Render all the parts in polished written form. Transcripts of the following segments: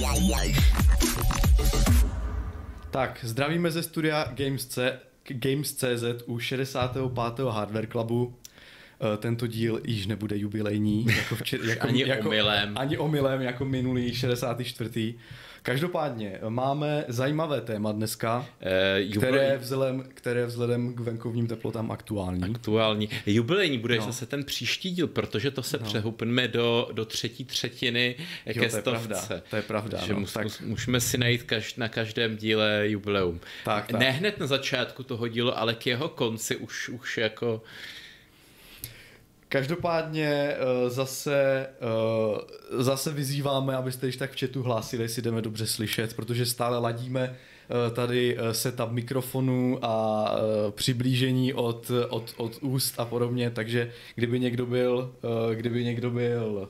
Tak, zdravíme ze studia Games.cz u 65. Hardware Clubu. Tento díl již nebude jubilejní. Ani omylem, jako minulý 64. Každopádně máme zajímavé téma dneska, které vzhledem k venkovním teplotám aktuální. Jubilejní bude zase ten příští díl, protože to se přehupneme do třetí třetiny ke stovce. To je pravda. Že můžeme si najít na každém díle jubileum. Tak. Ne hned na začátku toho dílu, ale k jeho konci už jako... Každopádně zase vyzýváme, abyste již tak v chatu hlásili, jestli jdeme dobře slyšet, protože stále ladíme tady setup mikrofonu a přiblížení od úst a podobně, takže kdyby někdo byl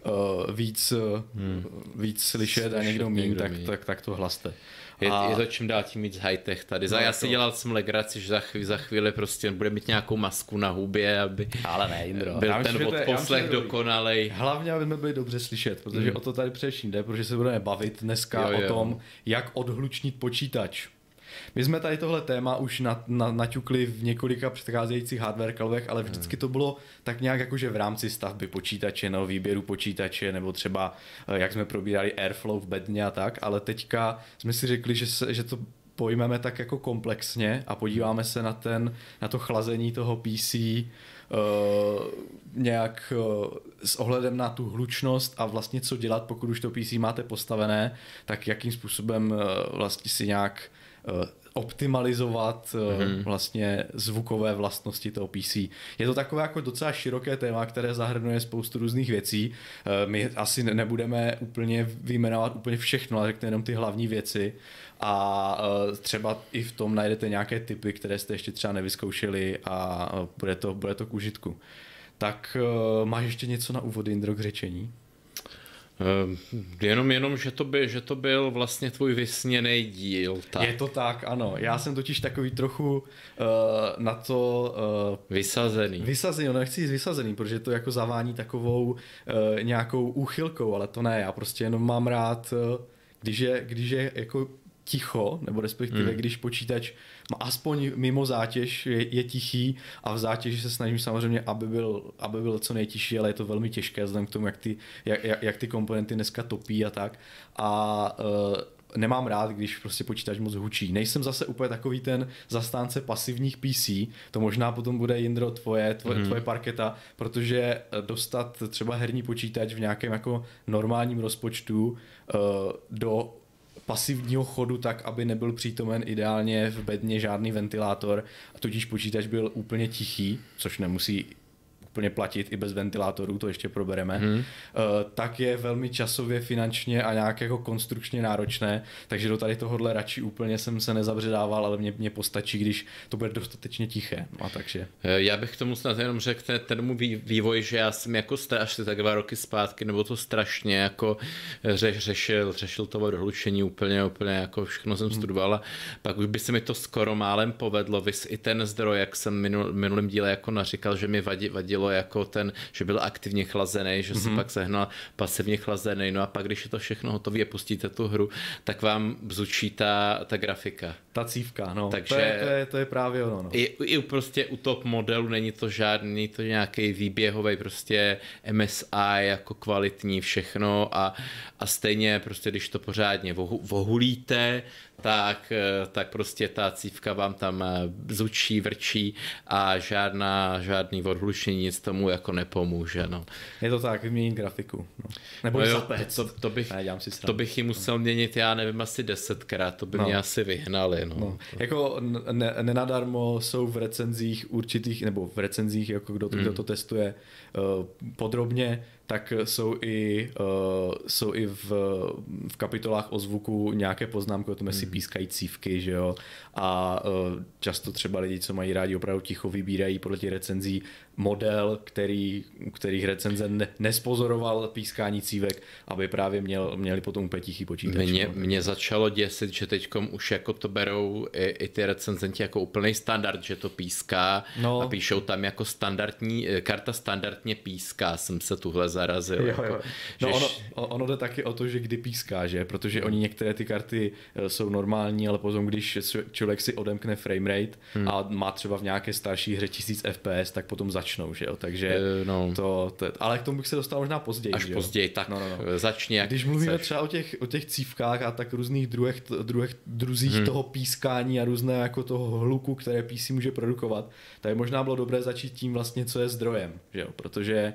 víc slyšet a někdo míň, tak to hlaste. Je to čím dál tím víc high-tech tady. Já si dělal jsem legraci, že za chvíli prostě bude mít nějakou masku na hubě, aby ale ne, Jindro. Byl ten odposlech dokonalej. Hlavně, aby jsme byli dobře slyšet, protože o to tady především jde, protože se budeme bavit dneska o tom, jak odhlučnit počítač. My jsme tady tohle téma už naťukli v několika předcházejících hardware clubech, ale vždycky to bylo tak nějak jakože v rámci stavby počítače, nebo výběru počítače, nebo třeba jak jsme probírali Airflow v bedně a tak, ale teďka jsme si řekli, že to pojmeme tak jako komplexně a podíváme se na to chlazení toho PC nějak s ohledem na tu hlučnost a vlastně co dělat, pokud už to PC máte postavené, tak jakým způsobem vlastně si nějak optimalizovat vlastně zvukové vlastnosti toho PC. Je to takové jako docela široké téma, které zahrnuje spoustu různých věcí. My asi nebudeme úplně vyjmenovat úplně všechno, ale řekneme jenom ty hlavní věci a třeba i v tom najdete nějaké tipy, které jste ještě třeba nevyzkoušeli a bude to k užitku. Tak máš ještě něco na úvod, Jindro, k řečení? Jenom, že to byl vlastně tvůj vysněný díl. Tak. Je to tak, ano. Já jsem totiž takový trochu na to... Vysazený, no nechci jít vysazený, protože to jako zavání takovou nějakou úchylkou, ale to ne. Já prostě jenom mám rád, když je jako ticho, nebo respektive když počítač má aspoň mimo zátěž je tichý a v zátěži se snažím samozřejmě, aby byl co nejtižší, ale je to velmi těžké vzhledem k tomu, jak ty komponenty dneska topí a tak. A nemám rád, když prostě počítač moc hučí. Nejsem zase úplně takový ten zastánce pasivních PC, to možná potom bude, Jindro, tvoje parketa, protože dostat třeba herní počítač v nějakém jako normálním rozpočtu do pasivního chodu tak, aby nebyl přítomen ideálně v bedně žádný ventilátor a tudíž počítač byl úplně tichý, což nemusí úplně platit i bez ventilátorů, to ještě probereme, tak je velmi časově, finančně a nějak jako konstrukčně náročné, takže do tady tohohle radši úplně jsem se nezabředával, ale mě postačí, když to bude dostatečně tiché. A takže. Já bych k tomu snad jenom řekl ten vývoj, že já jsem jako asi tak 2 roky zpátky, nebo to strašně jako řešil to odhlučení úplně jako všechno jsem studoval a pak už by se mi to skoro málem povedlo, vys i ten zdroj, jak jsem minulým díle jako naříkal, že mi vadilo jako že byl aktivně chlazený, že se pak sehnal pasivně chlazený, no a pak, když je to všechno hotové a pustíte tu hru, tak vám bzučí ta grafika. Ta cívka, no. Takže to je právě ono. No. I prostě u top modelu není to nějaký výběhový prostě MSI jako kvalitní všechno a stejně prostě, když to pořádně vohulíte, tak prostě ta cívka vám tam bzučí, vrčí a žádný odhlučení nic tomu jako nepomůže. No. Je to tak, vyměnit grafiku. No. Nebo zapec. To bych ji musel měnit, já nevím, asi 10krát, to by mě asi vyhnali. No. Jako nenadarmo jsou v recenzích určitých, nebo v recenzích, jako kdo to testuje podrobně, tak jsou i v kapitolách o zvuku nějaké poznámky o tom, jestli pískají cívky, že jo. A často třeba lidi, co mají rádi opravdu ticho, vybírají podle těch recenzí model, u kterých recenze nespozoroval pískání cívek, aby právě měli potom úplně tichý počítač. Mě začalo děsit, že teďkom už jako to berou i ty recenzenti jako úplný standard, že to píská a píšou tam jako karta standardně píská, jsem se tuhle zarazil. Jo. No ono jde taky o to, že kdy píská, že? Protože oni některé ty karty jsou normální, ale potom, když člověk si odemkne framerate a má třeba v nějaké starší hře 1000 FPS, tak potom začnou, že jo? Takže ale k tomu bych se dostal možná později. Až později, tak začni jak když mluvíme třeba o těch cívkách a tak různých druzích toho pískání a různé jako toho hluku, které PC může produkovat, tak možná bylo dobré začít tím vlastně, co je zdrojem, že jo? Protože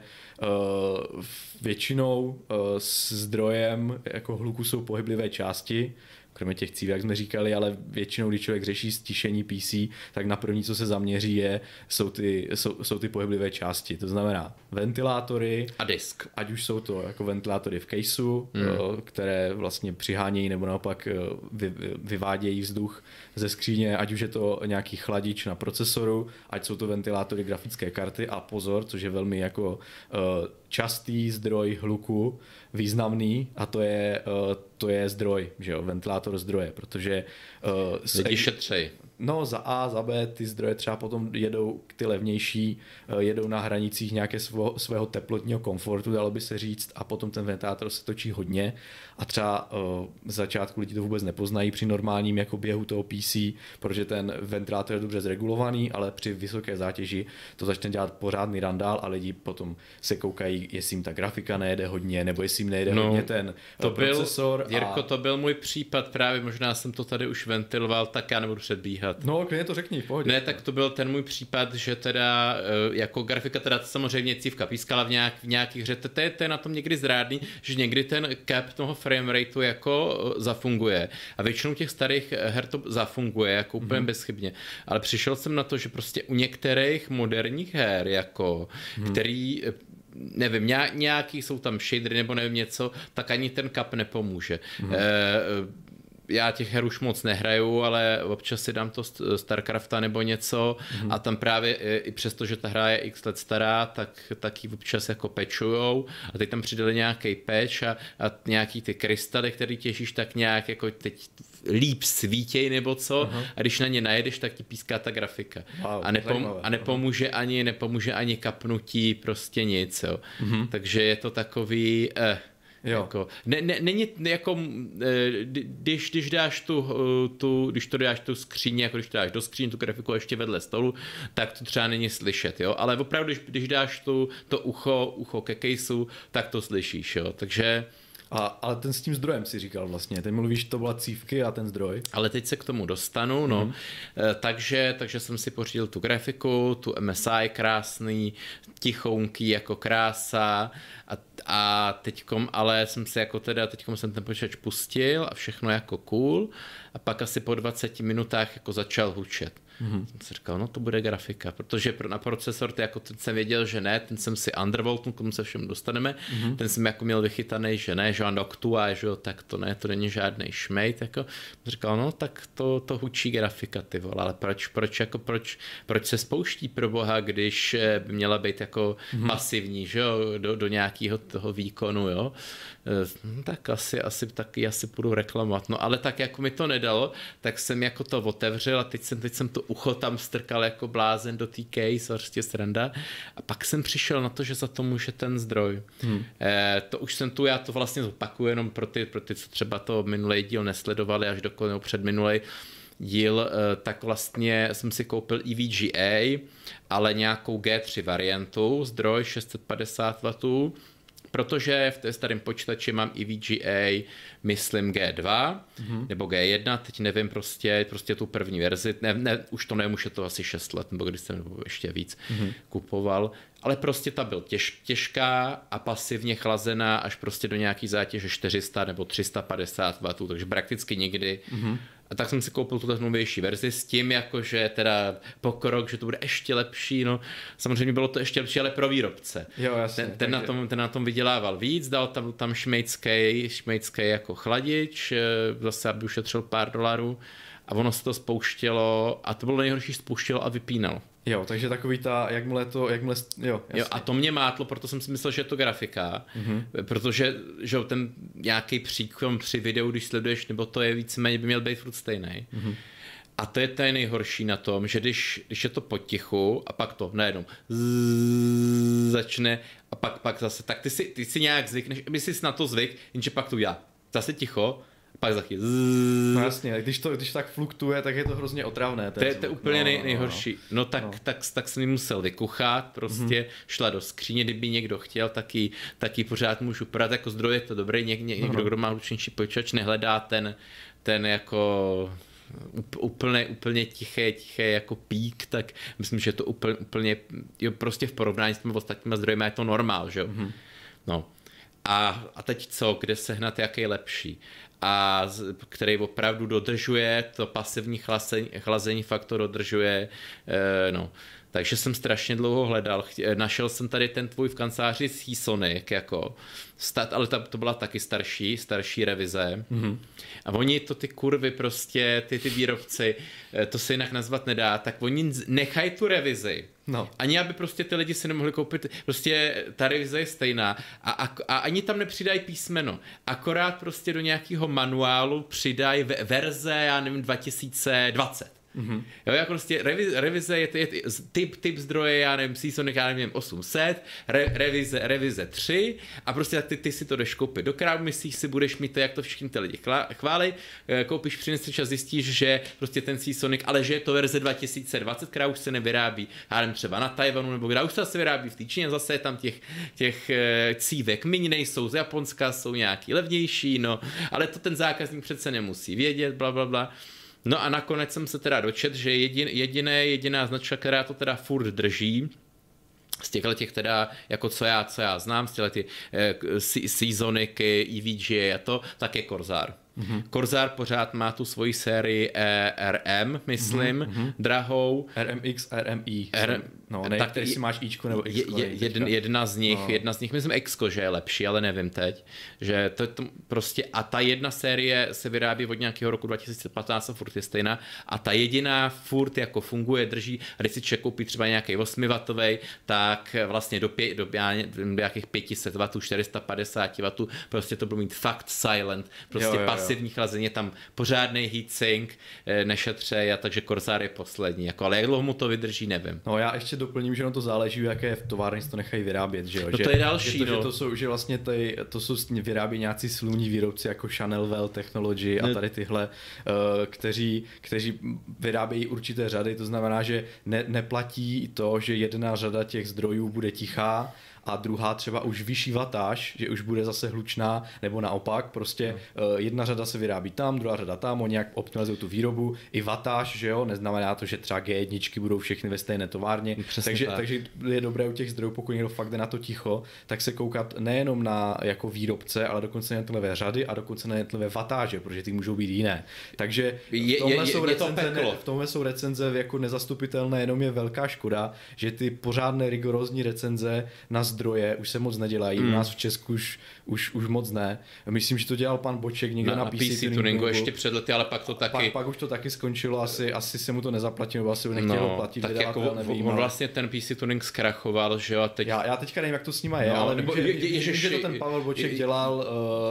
většinou s zdrojem jako hluku jsou pohyblivé části, kromě těch cívek, jak jsme říkali, ale většinou, když člověk řeší stišení PC, tak na první, co se zaměří, jsou ty pohyblivé části. To znamená ventilátory a disk. Ať už jsou to jako ventilátory v caseu, které vlastně přihánějí nebo naopak vyvádějí vzduch ze skříně, ať už je to nějaký chladič na procesoru, ať jsou to ventilátory grafické karty a pozor, což je velmi jako častý zdroj hluku, významný, a to je zdroj, že jo, ventilátor zdroje, protože lidi šetřej. No za A, za B ty zdroje třeba potom jedou ty levnější, jedou na hranicích nějaké svého teplotního komfortu, dalo by se říct, a potom ten ventilátor se točí hodně a třeba z začátku lidi to vůbec nepoznají při normálním jako běhu toho PC, protože ten ventilátor je dobře zregulovaný, ale při vysoké zátěži to začne dělat pořádný randál a lidi potom se koukají, jestli jim ta grafika nejede hodně, nebo jestli jim nejede hodně ten procesor. Jirko, to byl můj případ, právě možná jsem to tady už ventiloval, tak já nebudu předbíhat. No, klidně to řekni, v pohodě. Ne, tak to byl ten můj případ, že teda jako grafika teda samozřejmě cívka pískala v nějakých hře, to je na tom někdy zrádný, že někdy ten cap toho framerateu jako zafunguje a většinou těch starých her to zafunguje jako úplně bezchybně, ale přišel jsem na to, že prostě u některých moderních her jako, který nevím, nějaký jsou tam shadery nebo nevím něco, tak ani ten cap nepomůže. Já těch her už moc nehraju, ale občas si dám to StarCrafta nebo něco a tam právě i přesto, že ta hra je x let stará, tak ji občas jako pečujou a teď tam přidali nějaký patch a nějaký ty krystaly, který těžíš, tak nějak jako teď líp svítěj nebo co a když na ně najedeš, tak ti píská ta grafika. Wow, a nepomůže ani kapnutí, prostě nic. Jo. Takže je to takový... Jako, není jako, když dáš když to dáš tu skříň, jako když to dáš do skříně, tu grafiku ještě vedle stolu, tak to třeba není slyšet, jo, ale opravdu, když dáš to ucho ke caseu, tak to slyšíš, jo, takže... Ale ten s tím zdrojem si říkal vlastně, ty mluvíš, to byla cívky a ten zdroj. Ale teď se k tomu dostanu, no. Takže jsem si pořídil tu grafiku, tu MSI krásný, tichounký jako krása a teďkom, ale jsem se jako teďkom jsem ten počítač pustil a všechno jako cool a pak asi po 20 minutách jako začal hučet. Jsem si říkal, no to bude grafika, protože na procesor jako ten jsem věděl, že ne, ten jsem si undervoltnul, k tomu se všem dostaneme, ten jsem jako měl vychytaný, že ne, že Noctua, že jo, tak to ne, to není žádnej šmejt, jako, jsem říkal, no tak to hučí grafika, ty vole, ale proč se spouští pro boha, když by měla být jako pasivní, že jo, do nějakého toho výkonu, jo, tak asi půjdu reklamovat, no ale tak jako mi to nedalo, tak jsem jako to otevřel a teď jsem to ucho tam strkal jako blázen do té case, prostě sranda. A pak jsem přišel na to, že za to může ten zdroj. To už jsem já to vlastně zopakuju jenom pro ty, co třeba to minulý díl nesledovali až do předminulej díl, tak vlastně jsem si koupil EVGA, ale nějakou G3 variantu, zdroj 650 W, protože v té starém počítači mám EVGA, myslím G2 nebo G1, teď nevím, prostě tu první verzi, ne, už to nevím, už je to asi 6 let, nebo když jsem ještě víc kupoval, ale prostě ta byl těžká a pasivně chlazená až prostě do nějaký zátěže 400 nebo 350 W, takže prakticky nikdy. A tak jsem si koupil tu novější verzi s tím, jakože teda pokrok, že to bude ještě lepší, no samozřejmě bylo to ještě lepší, ale pro výrobce. Jo, jasně, ten na tom vydělával víc, dal tam šmejcký jako chladič, zase aby ušetřil pár dolarů a ono se to spouštělo a to bylo nejhorší, spouštělo a vypínalo. Jo, takže takový jo, a to mě mátlo, proto jsem si myslel, že je to grafika, protože že ten nějaký příklad při videu, když sleduješ, nebo to je víceméně by měl být furt stejný. A to je ten nejhorší na tom, že když je to potichu a pak to najednou začne a pak zase, tak ty si nějak zvykneš, aby jsi na to zvyk, jenže pak to já zase ticho, pak za chvíli. No jasně, když tak fluktuje, tak je to hrozně otravné. To je úplně nejhorší. No tak jsem ji musel vykuchat, prostě šla do skříně, kdyby někdo chtěl, tak ji pořád můžu podat, jako zdroj je to dobrý, někdo, kdo má hlučnější počítač, nehledá ten jako úplně tiché jako pík, tak myslím, že to úplně jo, prostě v porovnání s těmi ostatními zdrojemi je to normál, že jo. No. A teď co, kde sehnat jaký lepší? A který opravdu dodržuje to pasivní chlazení, fakt to dodržuje, no. Takže jsem strašně dlouho hledal, našel jsem tady ten tvůj v kanceláři Seasonic, jako, ale to byla taky starší revize. A oni to ty kurvy prostě, ty výrobci, to se jinak nazvat nedá, tak oni nechají tu revizi. No. Ani aby prostě ty lidi si nemohli koupit, prostě ta revize je stejná a ani tam nepřidají písmeno, akorát prostě do nějakého manuálu přidají verze, já nevím, 2020. Jo, jako prostě revize je typ zdroje, já nevím, Seasonic, já nevím, 800, revize 3 a prostě ty si to jdeš koupit do krávu, myslíš si, budeš mít to, jak to všichni ty lidi chválí, koupíš, přineseš a zjistíš, že prostě ten Seasonic, ale že je to verze 2020, která už se nevyrábí, já nevím, třeba na Tajvanu, nebo která už se vyrábí v té Číně, zase je tam těch cívek míň nejsou, z Japonska jsou nějaký levnější, no, ale to ten zákazník přece nemusí vědět, blablabla. No a nakonec jsem se teda dočet, že jediná značka, která to teda furt drží, z těch teda, jako co já znám, z těch Seasonic, EVG a to, tak je Corsair. Corsair pořád má tu svoji sérii RM, myslím, drahou. RMX, RMI. Tak který si máš Ičko nebo Xko. Jedna z nich, myslím Xko, že je lepší, ale nevím teď. Že to prostě, a ta jedna série se vyrábí od nějakého roku 2015 a furt je stejná. A ta jediná furt jako funguje, drží. A když si člověk koupí třeba nějaký 8W, tak vlastně do nějakých 500 W, 450 W, prostě to bude mít fakt silent. Prostě pasivní chlazení, je tam pořádnej heatsink, nešetře, takže Corsair je poslední. Jako, ale jak dlouho mu to vydrží, nevím. No já ještě doplním, že to záleží, jaké v továrně to nechají vyrábět, že jo. No to je další, že vlastně to jsou vyrábí nějací slunní výrobci jako Chanel Well Technology a tady tyhle, kteří vyrábějí určité řady, to znamená, že neplatí to, že jedna řada těch zdrojů bude tichá a druhá třeba už vyšší watáž, že už bude zase hlučná, nebo naopak, prostě jedna řada se vyrábí tam, druhá řada tam, oni nějak optimalizují tu výrobu, i watáž, že jo, neznamená to, že třeba G1 budou všechny ve stejné továrně, takže je dobré u těch zdrojů, pokud někdo fakt jde na to ticho, tak se koukat nejenom na jako výrobce, ale dokonce na jednotlivé řady a dokonce na jednotlivé watáže, protože ty můžou být jiné. Takže v tomhle jsou recenze jako nezastupitelné, jenom je velká škoda, že ty pořádné rigorózní recenze na zdroje už se moc nedělají, u nás v Česku už moc ne. Myslím, že to dělal pan Boček někde na PC tuningu ještě před lety, ale pak to taky... Pak už to taky skončilo, asi se mu to nezaplatilo, nebo asi nechtělo platit tak vydavatel, jako nevím. On vlastně ten PC tuning zkrachoval, že jo, a teď... Já teďka nevím, jak to s nima je, ale že to ten Pavel Boček dělal,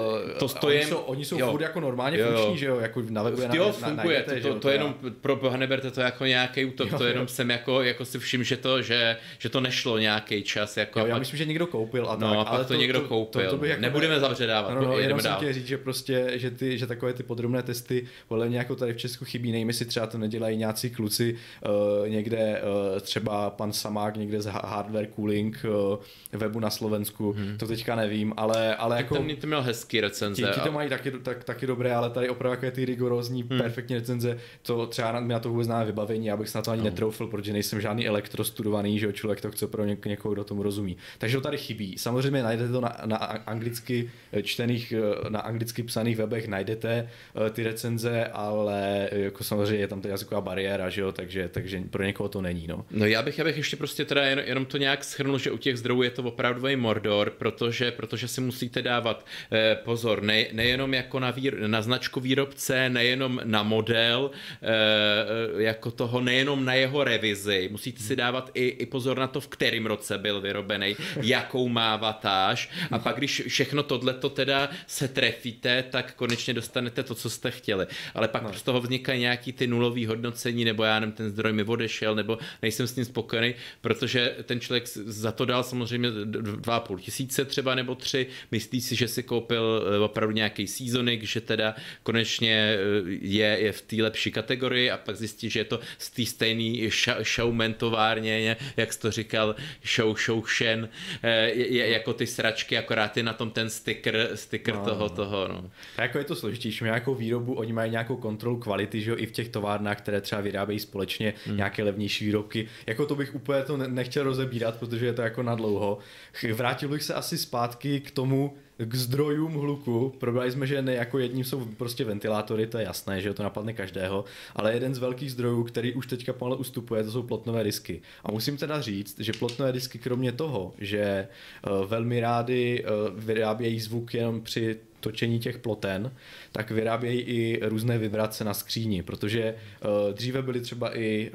oni jsou furt jako normálně funkční, že jo, jako na webu je funguje, to jenom pro boha neberte to jako nějaký útok, to jenom jsem jako si všim, že to nešlo nějaký čas, jako... Já myslím, že někdo koupil a tak, ale pak to někdo koupil. Nebudeme zavředávat, jenom jsem chtěl říct, že prostě, že takové ty podrobné testy podle mě jako tady v Česku chybí, nevím, jestli třeba to nedělají nějací kluci někde, třeba pan Samák někde z Hardware Cooling webu na Slovensku, to teďka nevím, ale jako... Ty měl hezký recenze. Ti to mají taky dobré, ale tady opravdu jaké ty rigorózní, perfektní recenze, to třeba na to vůbec známe vybavení, abych se na to ani netroufl, protože nejsem žádný elektrostudovaný, že člověk to chce pro někoho, kdo tomu rozumí. Takže to tady chybí. Samozřejmě najdete to na anglicky čtených, na anglicky psaných webech najdete ty recenze, ale jako samozřejmě je tam ta jazyková bariéra, že jo, takže pro někoho to není, no. No já bych ještě prostě teda jenom to nějak shrnul, že u těch zdrojů je to opravdový mordor, protože si musíte dávat pozor, nejenom jako na značku výrobce, nejenom na model, jako toho, nejenom na jeho revizi, musíte si dávat i pozor na to, v kterém roce byl vyrobený, jakou má watáž a pak když všechno tohleto teda se trefíte, tak konečně dostanete to, co jste chtěli. Ale pak z toho vznikají nějaký ty nulový hodnocení, nebo já nevím, ten zdroj mi odešel, nebo nejsem s ním spokojený, protože ten člověk za to dal samozřejmě 2,5 tisíce třeba nebo 3, myslí si, že si koupil opravdu nějaký seasonik, že teda konečně je v té lepší kategorii a pak zjistí, že je to z té stejné showman továrně, jak jsi to říkal, Shouchen, jako ty sračky, akorát je na tom ten sticker toho. No. A jako je to složitější, nějakou výrobu, oni mají nějakou kontrolu kvality, že jo, i v těch továrnách, které třeba vyrábějí společně nějaké levnější výrobky. Jako to bych úplně to nechtěl rozebírat, protože je to jako na dlouho. Vrátil bych se asi zpátky k tomu, k zdrojům hluku. Probrali jsme, že ne jako jedním jsou prostě ventilátory, to je jasné, že to napadne každého, ale jeden z velkých zdrojů, který už teďka pomalu ustupuje, to jsou plotnové disky. A musím teda říct, že plotnové disky kromě toho, že velmi rády vyrábějí zvuk jenom při točení těch ploten, tak vyrábějí i různé vibrace na skříni, protože dříve byly třeba i,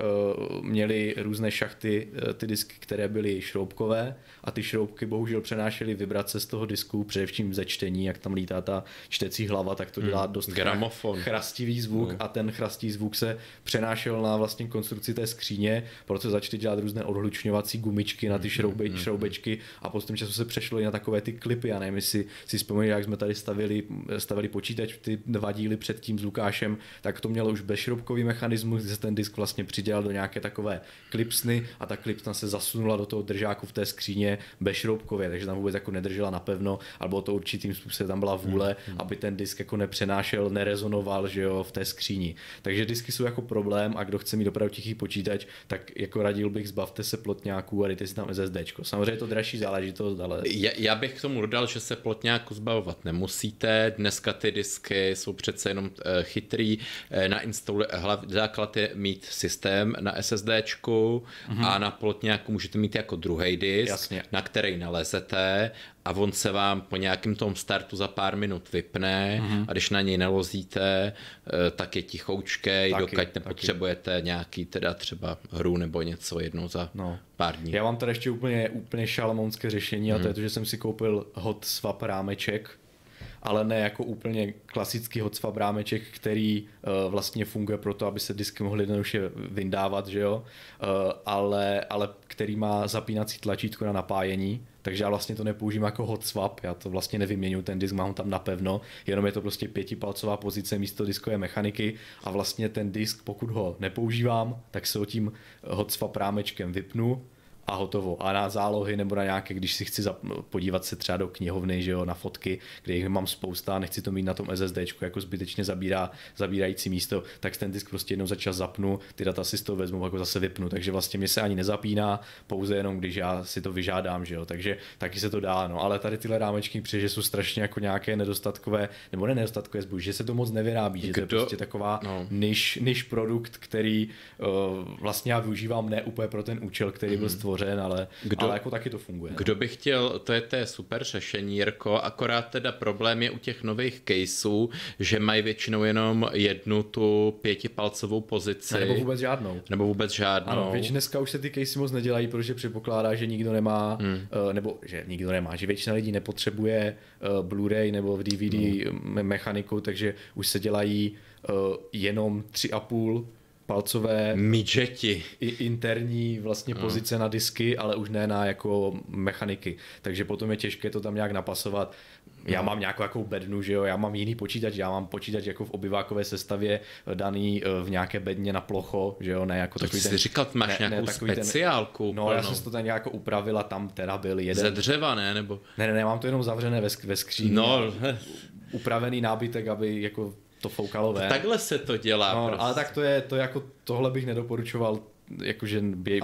měly různé šachty, ty disky, které byly šroubkové a ty šroubky bohužel přenášely vibrace z toho disku, především ze čtení, jak tam lítá ta čtecí hlava, tak to dělá dost chrastivý zvuk a ten chrastivý zvuk se přenášel na vlastně konstrukci té skříně, proto začali dělat různé odhlučňovací gumičky na ty šroubečky a postupem času se přešlo i na takové ty klipy. Já nevím, jestli si vzpomínáte, jak jsme tady stavili počítač, ty 2 díly před tím s Lukášem, tak to mělo už bezšroubkový mechanismus, kde se ten disk vlastně přidělal do nějaké takové klipsny a ta klipsna se zasunula do toho držáku v té skříně bezšroubkově, takže tam vůbec jako nedržela napevno, alebo to určitým způsobem tam byla vůle, aby ten disk jako nepřenášel, nerezonoval, že jo, v té skříni. Takže disky jsou jako problém a kdo chce mít opravdu tichý počítač, tak jako radil bych, zbavte se plotňáků a dejte si tam SSDčko. Samozřejmě je to dražší záležitost, ale... Já bych k tomu dodal, že se plotňáku zbavovat nemusíte. Dneska ty disky jsou přece jenom chytrý. Na instalu základ je mít systém na SSDčku a na plotňáku můžete mít jako druhý disk, na který nalezete a on se vám po nějakém tom startu za pár minut vypne a když na něj nalozíte, tak je tichoučkej, dokud nepotřebujete nějaký teda třeba hru nebo něco jednou za pár dní. Já mám tady ještě úplně šalamounské řešení a to je to, že jsem si koupil hot swap rámeček, ale ne jako úplně klasický hot swap rámeček, který vlastně funguje pro to, aby se disky mohly jednoduše vyndávat, že jo? Ale který má zapínací tlačítko na napájení, takže já vlastně to nepoužívám jako hot swap, já to vlastně nevyměňuji, ten disk mám ho tam napevno, jenom je to prostě 5palcová pozice místo diskové mechaniky a vlastně ten disk, pokud ho nepoužívám, tak se ho tím hot swap rámečkem vypnu a hotovo. A na zálohy nebo na nějaké, když si chci podívat se třeba do knihovny, že jo, na fotky, kde jich mám spousta, nechci to mít na tom SSDčku, jako zbytečně zabírající místo, tak ten disk prostě jednou za čas zapnu, ty data si z toho vezmu, jako zase vypnu, takže vlastně mě se ani nezapíná, pouze jenom když já si to vyžádám, že jo, takže taky se to dá, no, ale tady tyhle rámečky přijde, že jsou strašně jako nějaké nedostatkové, nebo ne nedostatkové zboží, že se to moc nevyrábí, že to je prostě taková niž produkt, který vlastně já využívám ne úplně pro ten účel, který byl stvořen, ale jako taky to funguje. Kdo by chtěl, to je super řešení, Jirko, akorát teda problém je u těch nových caseů, že mají většinou jenom jednu tu 5palcovou pozici. Nebo vůbec žádnou. Ano, dneska už se ty casey moc nedělají, protože předpokládá, že nikdo nemá, nebo že nikdo nemá, že většina lidí nepotřebuje Blu-ray nebo v DVD mechaniku, takže už se dělají jenom 3,5 palcové midgeti interní vlastně pozice na disky, ale už ne na jako mechaniky. Takže potom je těžké to tam nějak napasovat. Já mám nějakou jako bednu, že jo, já mám jiný počítač, já mám počítač jako v obyvákové sestavě daný v nějaké bedně na plocho, že jo, ne jako to takový ten... říkal, máš nějakou speciálku. No, já jsem to tam nějak upravil a tam teda byl jeden. Ze dřeva, ne? Nebo... Ne, mám to jenom zavřené ve skříni. No. Upravený nábytek, aby jako to foukalo ven. Takhle se to dělá. No, prostě. Ale tak to jako tohle bych nedoporučoval jakože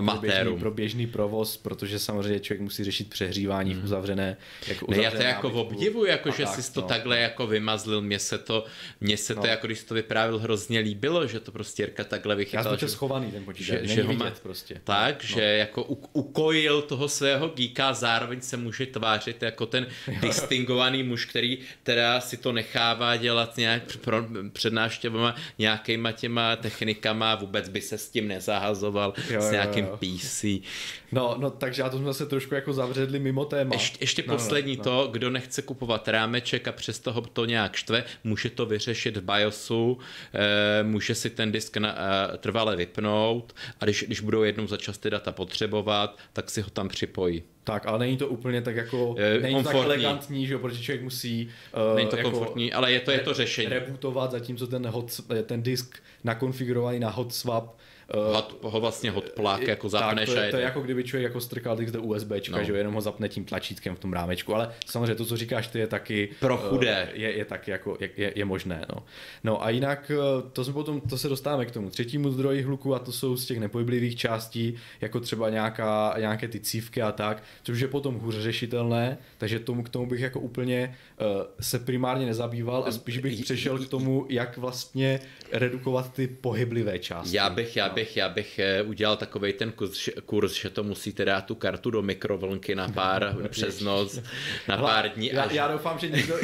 pro běžný provoz, protože samozřejmě člověk musí řešit přehřívání v uzavřené. Jako ne, já to jako obdivuji, jako že jsi to takhle jako vymazlil. Mně se to jako když to vyprávěl, hrozně líbilo, že to prostě Jirka takhle vychytal. Já jsem schovaný ten počítač, není vidět prostě. Tak, že jako ukojil toho svého geeka, zároveň se může tvářit jako ten distingovaný muž, který teda si to nechává dělat nějak před návštěvama nějakýma těma technikama, vůbec by se s tím nezahazoval komunikoval s nějakým PC. No, takže já to jsme se trošku jako zavředli mimo téma. Ještě poslední to, kdo nechce kupovat rámeček a přesto ho to nějak štve, může to vyřešit v BIOSu, může si ten disk trvale vypnout a když budou jednou za čas ty data potřebovat, tak si ho tam připojí. Tak, ale není to úplně tak jako, není to tak elegantní, že protože člověk musí není to jako komfortní, ale je to řešení. Rebootovat, zatímco ten disk nakonfigurovaný na hot swap ho vlastně hotplák jako zapneš. Tak, to je jako kdyby člověk jako strkal disk do USBčka, že jenom ho zapne tím tlačítkem v tom rámečku, ale samozřejmě to, co říkáš ty, je taky pro chudé. Je taky jako, je možné. No a jinak to se dostáváme k tomu třetímu zdroji hluku a to jsou z těch nepohyblivých částí, jako třeba nějaké ty cívky a tak, což je potom hůř řešitelné, takže k tomu bych jako úplně se primárně nezabýval a spíš bych přešel k tomu, jak vlastně redukovat ty pohyblivé části. Já bych udělal takovej ten kurz, že to musíte dát tu kartu do mikrovlnky na přes noc, na pár dní. Já doufám, že někdo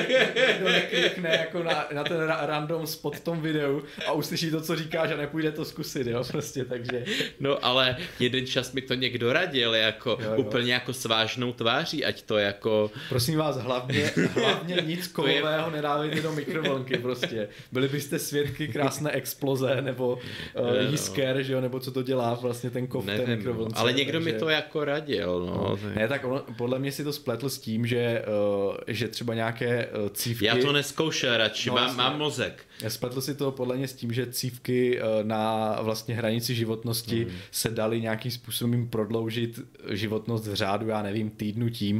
neklikne jako na ten random spot v tom videu a uslyší to, co říkáš a nepůjde to zkusit, jo, prostě, takže. No, ale jeden čas mi to někdo radil, jako úplně jako s vážnou tváří, ať to jako. Prosím vás, hlavně nic kovového nedávejte do mikrovlnky, prostě. Byli byste svědky krásné exploze, nebo jisker, že jo, nebo co to dělá vlastně ten kov v té mikrovlnce. Ale někdo mi to jako radil, no. Ne, tak podle mě si to spletl s tím, že třeba nějaké cívky. Já to nezkoušel radši, mám mozek. Spletl si to podle mě s tím, že cívky na vlastně hranici životnosti se daly nějakým způsobem prodloužit životnost v řádu, já nevím, týdnu tím,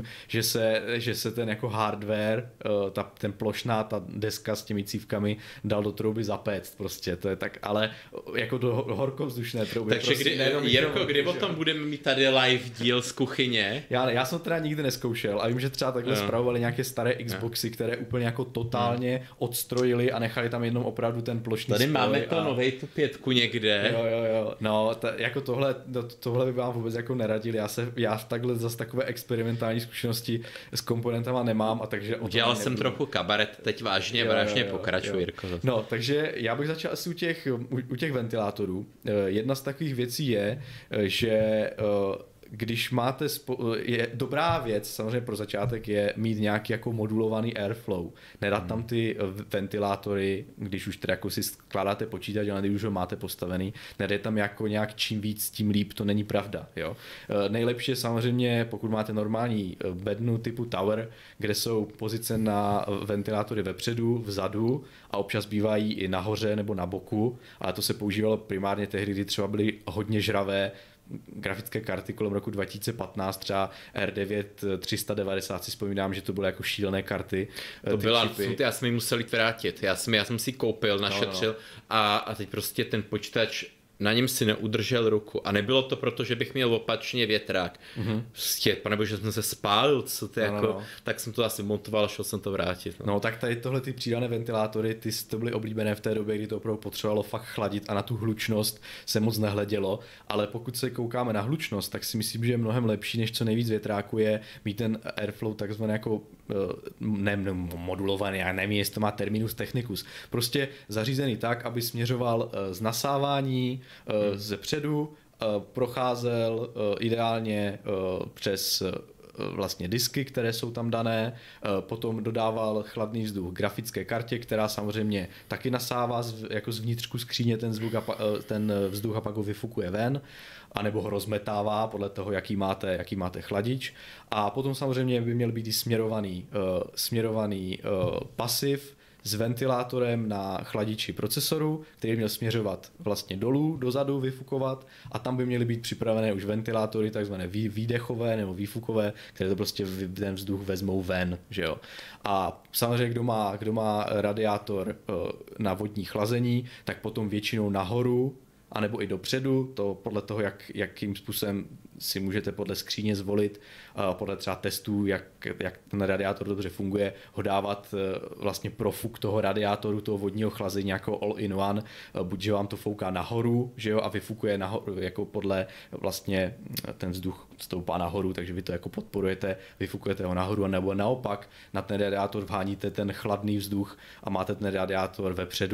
že se ten jako hardware, ten plošná, ta deska s těmi cívkami dal do trouby zapéct prostě, to je tak, ale jako do horkovzdušné trouby. Takže Jirko, kdy o tom budeme mít tady live díl z kuchyně? Já jsem teda nikdy neskoušel a vím, že třeba takhle spravovali nějaké staré Xboxy, které úplně jako totálně odstrojili a nechali tam jenom opravdu ten plošný tady máme to novej tu 5 někde. Jo. No, jako tohle by vám vůbec jako neradil. Já takhle zase takové experimentální zkušenosti s komponentama nemám a takže udělal jsem trochu kabaret, teď vážně pokračuj, Jirko. No, takže já bych začal asi u těch ventilátorů. Jedna z takových věcí je, že když máte, je dobrá věc, samozřejmě pro začátek je mít nějaký jako modulovaný airflow. Nedat tam ty ventilátory, když už teda jako si skládáte počítač, ale když už ho máte postavený, nedej tam jako nějak čím víc, tím líp, to není pravda. Jo? Nejlepší je samozřejmě, pokud máte normální bednu typu tower, kde jsou pozice na ventilátory vepředu, vzadu a občas bývají i nahoře nebo na boku, ale to se používalo primárně tehdy, kdy třeba byly hodně žravé grafické karty kolem roku 2015, třeba R9 390, si vzpomínám, že to byly jako šílené karty. To byla, já jsem ji musel jít vrátit. Já jsem si koupil, našetřil a teď prostě ten počítač, na něm si neudržel ruku. A nebylo to proto, že bych měl opačně větrák. Nebo že jsem se spálil, tak jsem to asi montoval, šel jsem to vrátit. No tak tady tohle ty přídané ventilátory, to byly oblíbené v té době, kdy to opravdu potřebovalo fakt chladit a na tu hlučnost se moc nehledělo, ale pokud se koukáme na hlučnost, tak si myslím, že je mnohem lepší, než co nejvíc větráku je mít ten airflow takzvaný jako modulovaný, já nevím, jestli to má terminus technicus, prostě zařízený tak, aby směřoval z nasávání ze předu, procházel ideálně přes vlastně disky, které jsou tam dané, potom dodával chladný vzduch grafické kartě, která samozřejmě taky nasává jako z vnitřku skříně ten vzduch a pak ho vyfukuje ven, anebo ho rozmetává podle toho, jaký máte chladič. A potom samozřejmě by měl být i směrovaný pasiv s ventilátorem na chladiči procesoru, který měl směřovat vlastně dolů, dozadu, vyfukovat a tam by měly být připravené už ventilátory, takzvané výdechové nebo výfukové, které to prostě ten vzduch vezmou ven, že jo. A samozřejmě kdo má radiátor na vodní chlazení, tak potom většinou nahoru, anebo i dopředu, to podle toho, jakým způsobem si můžete podle skříně zvolit, podle třeba testů, jak ten radiátor dobře funguje, ho dávat vlastně profuk toho radiátoru, toho vodního chlazení jako all-in-one, buď že vám to fouká nahoru, že jo, a vyfukuje nahoru, jako podle vlastně ten vzduch stoupá nahoru, takže vy to jako podporujete, vyfukujete ho nahoru, nebo naopak na ten radiátor vháníte ten chladný vzduch a máte ten radiátor vepředu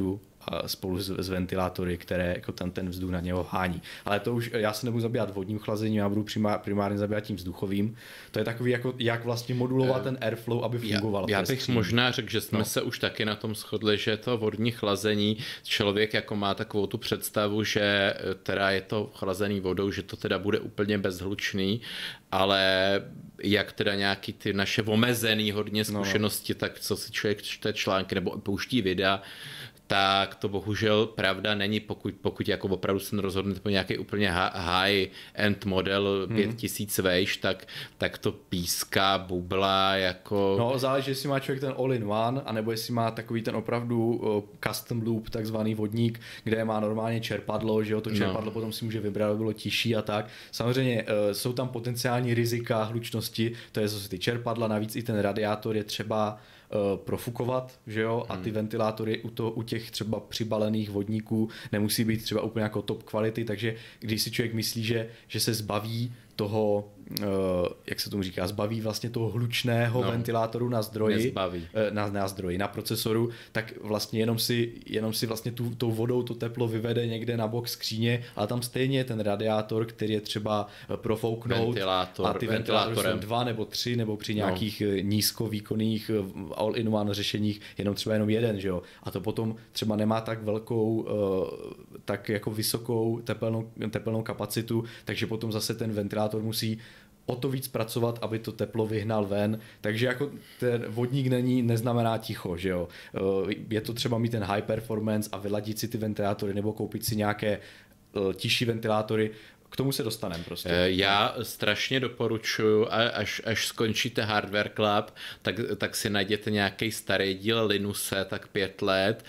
spolu s ventilátory, které jako ten vzduch na něho hání. Ale to už, já se nebudu zabývat vodním chlazením, já budu primárně zabývat tím vzduchovým. To je takový, jako, jak vlastně modulovat ten airflow, aby fungoval. Já bych možná řekl, že jsme se už taky na tom shodli, že to vodní chlazení, člověk jako má takovou tu představu, že teda je to chlazený vodou, že to teda bude úplně bezhlučný, ale jak teda nějaký ty naše omezený hodně zkušenosti, tak co si člověk čte články nebo pouští videa, tak to bohužel pravda není, pokud jako opravdu se rozhodnete po nějaký úplně high-end model 5000 vejš, tak to píská, bubla, jako... No záleží, jestli má člověk ten all-in-one, anebo jestli má takový ten opravdu custom loop, takzvaný vodník, kde má normálně čerpadlo, že jo, to čerpadlo potom si může vybrat, aby bylo tižší a tak. Samozřejmě jsou tam potenciální rizika hlučnosti, to je zase ty čerpadla, navíc i ten radiátor je třeba profukovat, že jo, a ty ventilátory u těch třeba přibalených vodníků nemusí být třeba úplně jako top kvality, takže když si člověk myslí, že se zbaví toho, jak se tomu říká, zbaví vlastně toho hlučného ventilátoru na zdroji, na zdroji, na procesoru, tak vlastně jenom si vlastně tou vodou to teplo vyvede někde na bok skříně, ale tam stejně je ten radiátor, který je třeba profouknout a ty ventilátory jsou 2 nebo 3 nebo při nějakých nízkovýkonných all-in-one řešeních jenom jeden, že jo, a to potom třeba nemá tak velkou, tak jako vysokou tepelnou kapacitu, takže potom zase ten ventilátor musí o to víc pracovat, aby to teplo vyhnal ven, takže jako ten vodník neznamená ticho, že jo. Je to třeba mít ten high performance a vyladit si ty ventilátory nebo koupit si nějaké tižší ventilátory. K tomu se dostaneme prostě. Já strašně doporučuji, až skončíte Hardware Club, tak si najděte nějaký starý díl Linuse, tak 5 let,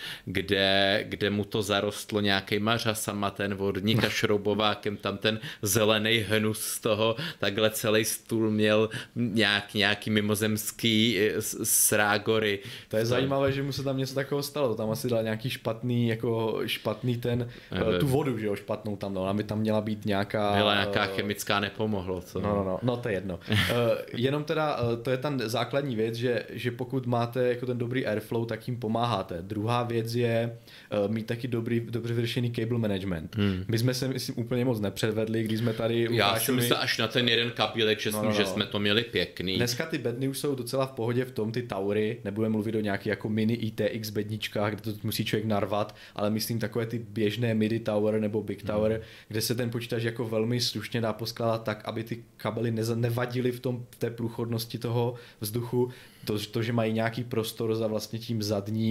kde mu to zarostlo nějakýma řasama, ten vodník a šroubovákem, tam ten zelený hnus z toho, takhle celý stůl měl nějaký mimozemský srágory. To je zajímavé, že mu se tam něco takového stalo, tam asi dal nějaký špatný ten, tu vodu, že jo, špatnou tam, no, aby tam měla být nějaká chemická nepomohlo. Co? No, to je jedno. Jenom teda, to je tam základní věc, že pokud máte jako ten dobrý airflow, tak jim pomáháte. Druhá věc je mít taky dobře vyřešený cable management. My jsme se, myslím, úplně moc nepředvedli, když jsme tady ukážili. Já si myslím až na ten jeden kabílek, že jsme to měli pěkný. Dneska ty bedny už jsou docela v pohodě v tom, ty towery, nebudeme mluvit o nějaký jako mini ITX bedničkách, kde to musí člověk narvat, ale myslím takové ty běžné midi tower nebo big tower, kde se ten počítač jako velmi slušně dá poskládat tak, aby ty kabely nevadily v té průchodnosti toho vzduchu. To, že mají nějaký prostor za vlastně tím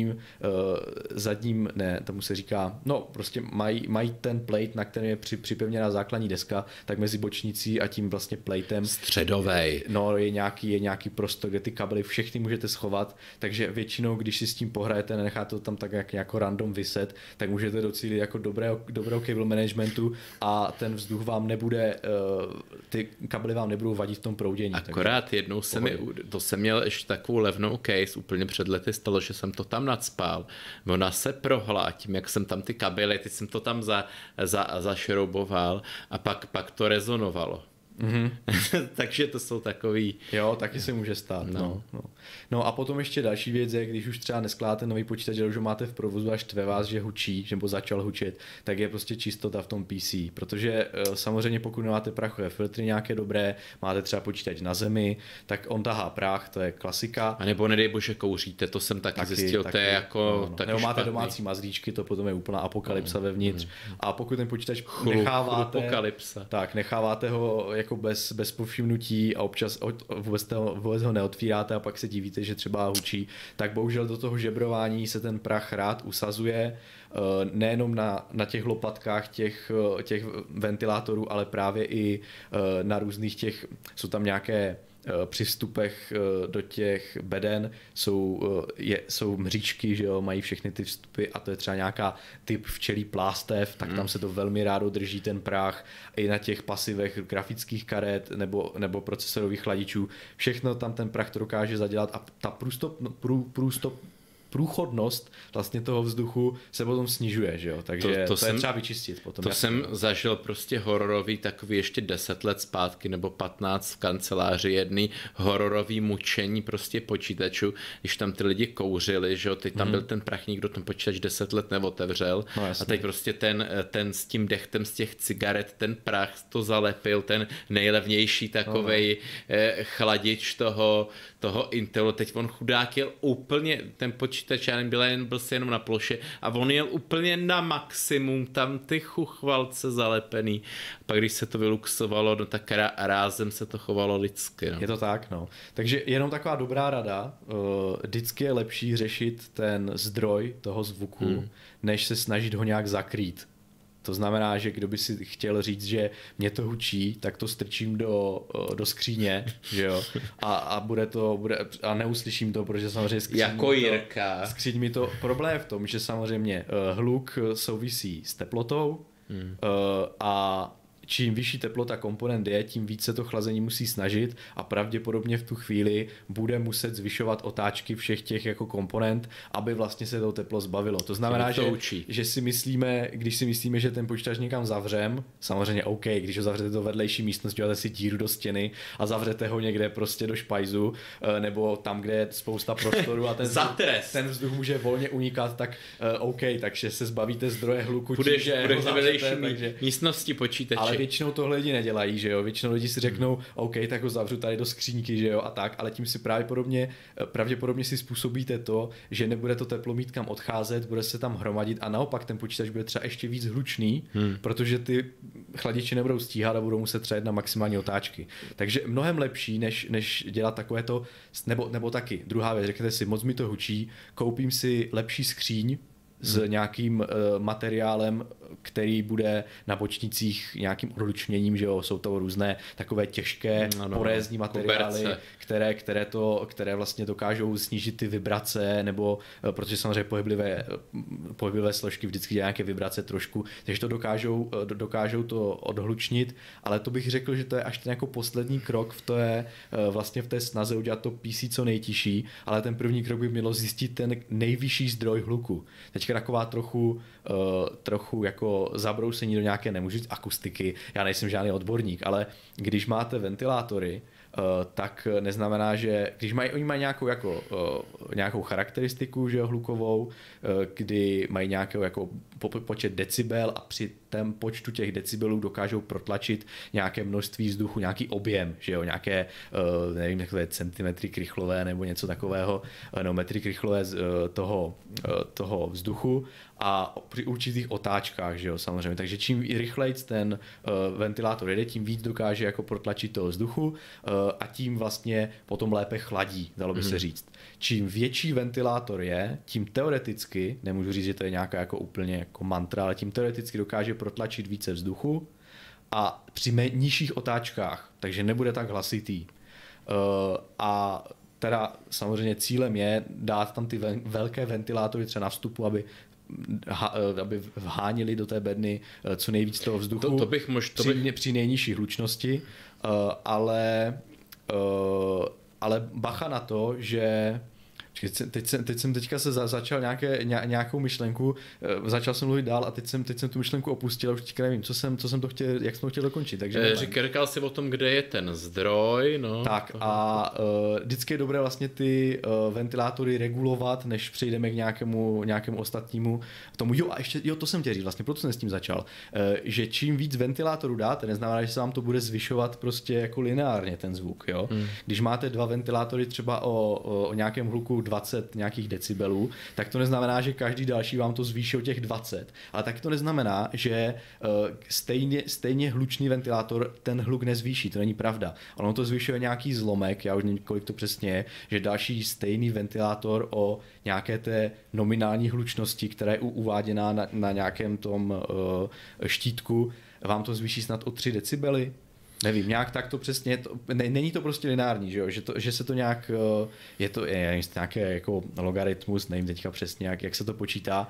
zadním, ne, tomu se říká, no prostě mají ten plate, na kterém je připevněná základní deska, tak mezi bočnicí a tím vlastně platem středovej. No, je nějaký prostor, kde ty kabely všechny můžete schovat, takže většinou, když si s tím pohrajete, nenecháte to tam tak jako random vyset, tak můžete docílit jako dobrého cable managementu a ten vzduch vám nebude, ty kabely vám nebudou vadit v tom proudění. Akorát jednou to jsem měl ještě takovou levnou case, úplně před lety stalo, že jsem to tam nacpal. Ona se prohla a tím, jak jsem tam ty kabely, teď jsem to tam zašrouboval a pak to rezonovalo. Takže to jsou takový... Jo, taky se může stát. No a potom ještě další věc je, když už třeba neskládáte nový počítač, že už ho máte v provozu a štve vás, že hučí, nebo začal hučet, tak je prostě čistota v tom PC, protože samozřejmě pokud nemáte prachové filtry nějaké dobré, máte třeba počítač na zemi, tak on tahá prach, to je klasika. A nebo nedej bože kouříte, to jsem taky zjistil, to je jako taky nebo máte špatný. Domácí mazlíčky, to potom je úplná apokalypsa vevnitř. A pokud ten počítač necháváte ho jako bez povšimnutí a občas vůbec ho neotvíráte a pak se divíte, že třeba hučí, tak bohužel do toho žebrování se ten prach rád usazuje, nejenom na těch lopatkách těch ventilátorů, ale právě i na různých jsou tam nějaké při vstupech do těch beden jsou mříčky, že jo, mají všechny ty vstupy a to je třeba nějaká typ včelí plástev, tak tam se to velmi rádo drží ten prach i na těch pasivech grafických karet nebo procesorových chladičů. Všechno tam ten prach to dokáže zadělat a ta průchodnost vlastně toho vzduchu se potom snižuje, že jo, takže to je třeba vyčistit potom. To jsem zažil prostě hororový takový ještě 10 let zpátky nebo 15 v kanceláři jedný hororový mučení prostě počítačů, když tam ty lidi kouřili, že jo, teď tam byl ten prach, nikdo ten počítač 10 let neotevřel a teď prostě ten s tím dechtem z těch cigaret, ten prach to zalepil, ten nejlevnější takovej chladič toho Intelu, teď on chudák jel úplně, ten počítač, já nevím, byl si jenom na ploše a on jel úplně na maximum, tam ty chuchvalce zalepený. Pak když se to vyluxovalo, no tak rázem se to chovalo lidsky. No. Je to tak, no. Takže jenom taková dobrá rada, vždycky je lepší řešit ten zdroj toho zvuku, než se snažit ho nějak zakrýt. To znamená, že kdo by si chtěl říct, že mě to hučí, tak to strčím do skříně, že jo, a a neuslyším to, protože samozřejmě skříň mi to, problém v tom, že samozřejmě hluk souvisí s teplotou a čím vyšší teplota komponent je, tím více to chlazení musí snažit a pravděpodobně v tu chvíli bude muset zvyšovat otáčky všech těch jako komponent, aby vlastně se to teplo zbavilo. To znamená, že si myslíme, když si myslíme, že ten počítač někam zavřem, samozřejmě OK, když ho zavřete do vedlejší místnosti, dáte si díru do stěny a zavřete ho někde prostě do špajzu, nebo tam, kde je spousta prostoru a ten vzduch může volně unikat, tak OK, takže se zbavíte zdroje hluku. Budeš do vedlejší místnosti počítače. Ale většinou tohle lidi nedělají, že jo, většinou lidi si řeknou, OK, tak ho zavřu tady do skříňky, že jo, a tak, ale tím si pravděpodobně si způsobíte to, že nebude to teplo mít kam odcházet, bude se tam hromadit a naopak ten počítač bude třeba ještě víc hlučný, protože ty chladiče nebudou stíhat a budou muset třeba jít na maximální otáčky. Takže mnohem lepší, než dělat takovéto, nebo taky, druhá věc, řekněte si, moc mi to hučí, koupím si lepší skříň, s nějakým materiálem, který bude na bočnicích nějakým odlučněním, že jo, jsou to různé takové těžké porézní materiály, které vlastně dokážou snížit ty vibrace, nebo protože samozřejmě pohyblivé složky vždycky dělají nějaké vibrace trošku, takže to dokážou to odhlučnit, ale to bych řekl, že to je až ten jako poslední krok v té snaze udělat to PC co nejtižší, ale ten první krok by mělo zjistit ten nejvyšší zdroj hluku. Teďka taková trochu jako zabrousení do nějaké, nemůžu říct akustiky, já nejsem žádný odborník, ale když máte ventilátory, tak neznamená, že když oni mají nějakou charakteristiku, že hlukovou, kdy mají nějaký jako počet decibel a při tém počtu těch decibelů dokážou protlačit nějaké množství vzduchu, nějaký objem, že jo, nějaké, nevím, takové centimetry krychlové nebo něco takového, no metry krychlové toho vzduchu a při určitých otáčkách, že jo, samozřejmě. Takže čím rychleji ten ventilátor jede, tím víc dokáže jako protlačit toho vzduchu a tím vlastně potom lépe chladí, dalo by se říct. Čím větší ventilátor je, tím teoreticky, nemůžu říct, že to je nějaká jako úplně jako mantra, ale tím teoreticky dokáže protlačit více vzduchu a při nižších otáčkách, takže nebude tak hlasitý. A teda samozřejmě cílem je dát tam ty velké ventilátory třeba na vstupu, aby vhánili do té bedny co nejvíc toho vzduchu při nejnižší hlučnosti, ale bacha na to, že teď jsem teďka se začal nějakou myšlenku, začal jsem mluvit dál a teď jsem tu myšlenku opustil a už teďka nevím, jak jsem to chtěl dokončit. Takže říkal jsi o tom, kde je ten zdroj. No. Tak a vždycky je dobré vlastně ty ventilátory regulovat, než přejdeme k nějakému ostatnímu tomu. Jo, a ještě, to jsem chtěl říct, vlastně proto jsem s tím začal, že čím víc ventilátorů dáte, neznamená, že se vám to bude zvyšovat prostě jako lineárně ten zvuk. Jo? Když máte dva ventilátory třeba o nějakém hluku 20 nějakých decibelů, tak to neznamená, že každý další vám to zvýší o těch 20. Ale taky to neznamená, že stejně hlučný ventilátor ten hluk nezvýší. To není pravda. Ono to zvyšuje nějaký zlomek, já už nevím, kolik to přesně je, že další stejný ventilátor o nějaké té nominální hlučnosti, která je uváděná na nějakém tom štítku, vám to zvýší snad o 3 decibely. Nevím, nějak tak to přesně, není to prostě lineární, že jo? Že se to nějak, je nějaký jako logaritmus, nevím teďka přesně, jak se to počítá.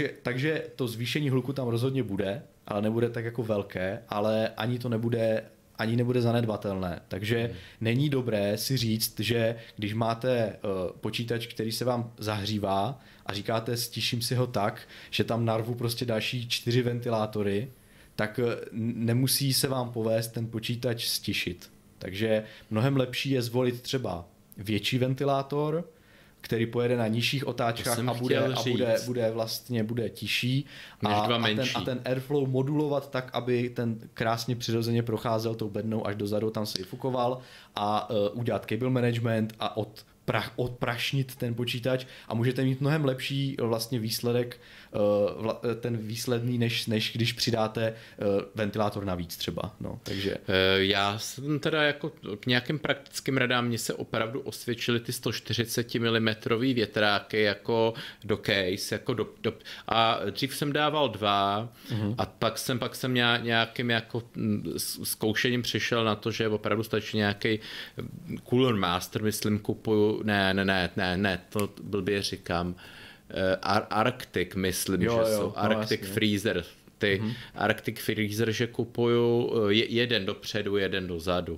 Takže to zvýšení hluku tam rozhodně bude, ale nebude tak jako velké, ale ani to nebude ani nebude zanedbatelné. Takže není dobré si říct, že když máte počítač, který se vám zahřívá a říkáte, stiším si ho tak, že tam narvu prostě další 4 ventilátory, tak nemusí se vám povést ten počítač stišit. Takže mnohem lepší je zvolit třeba větší ventilátor, který pojede na nižších otáčkách a bude tiší a ten airflow modulovat tak, aby ten krásně přirozeně procházel tou bednou až dozadu, tam se vyfukoval a udělat cable management a odprašnit ten počítač a můžete mít mnohem lepší vlastně výsledek, ten výsledný, než když přidáte ventilátor navíc třeba. No, takže. Já jsem teda jako k nějakým praktickým radám, mně se opravdu osvědčily ty 140 mm větráky jako do case, jako a dřív jsem dával 2 a pak jsem nějakým jako zkoušením přišel na to, že opravdu stačí nějaký Cooler Master, myslím, kupuju, ne, to blbě říkám, Arctic, myslím, že jsou Arctic Freezer, Arctic Freezer, že kupuju jeden dopředu, jeden dozadu.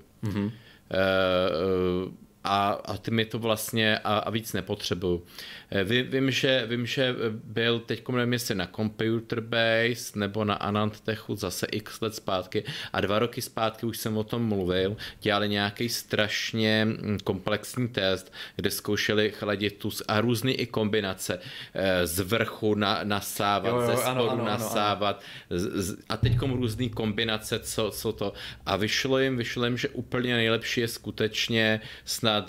A ty mi to vlastně a víc nepotřebuju. Vím, že byl teď, nevím, jestli na Computer Base nebo na Anantechu zase x let zpátky a 2 roky zpátky už jsem o tom mluvil, dělali nějaký strašně komplexní test, kde zkoušeli chladitus a různé i kombinace z vrchu nasávat, ze spodu nasávat a teď různé kombinace, co to. A vyšlo jim, že úplně nejlepší je skutečně snad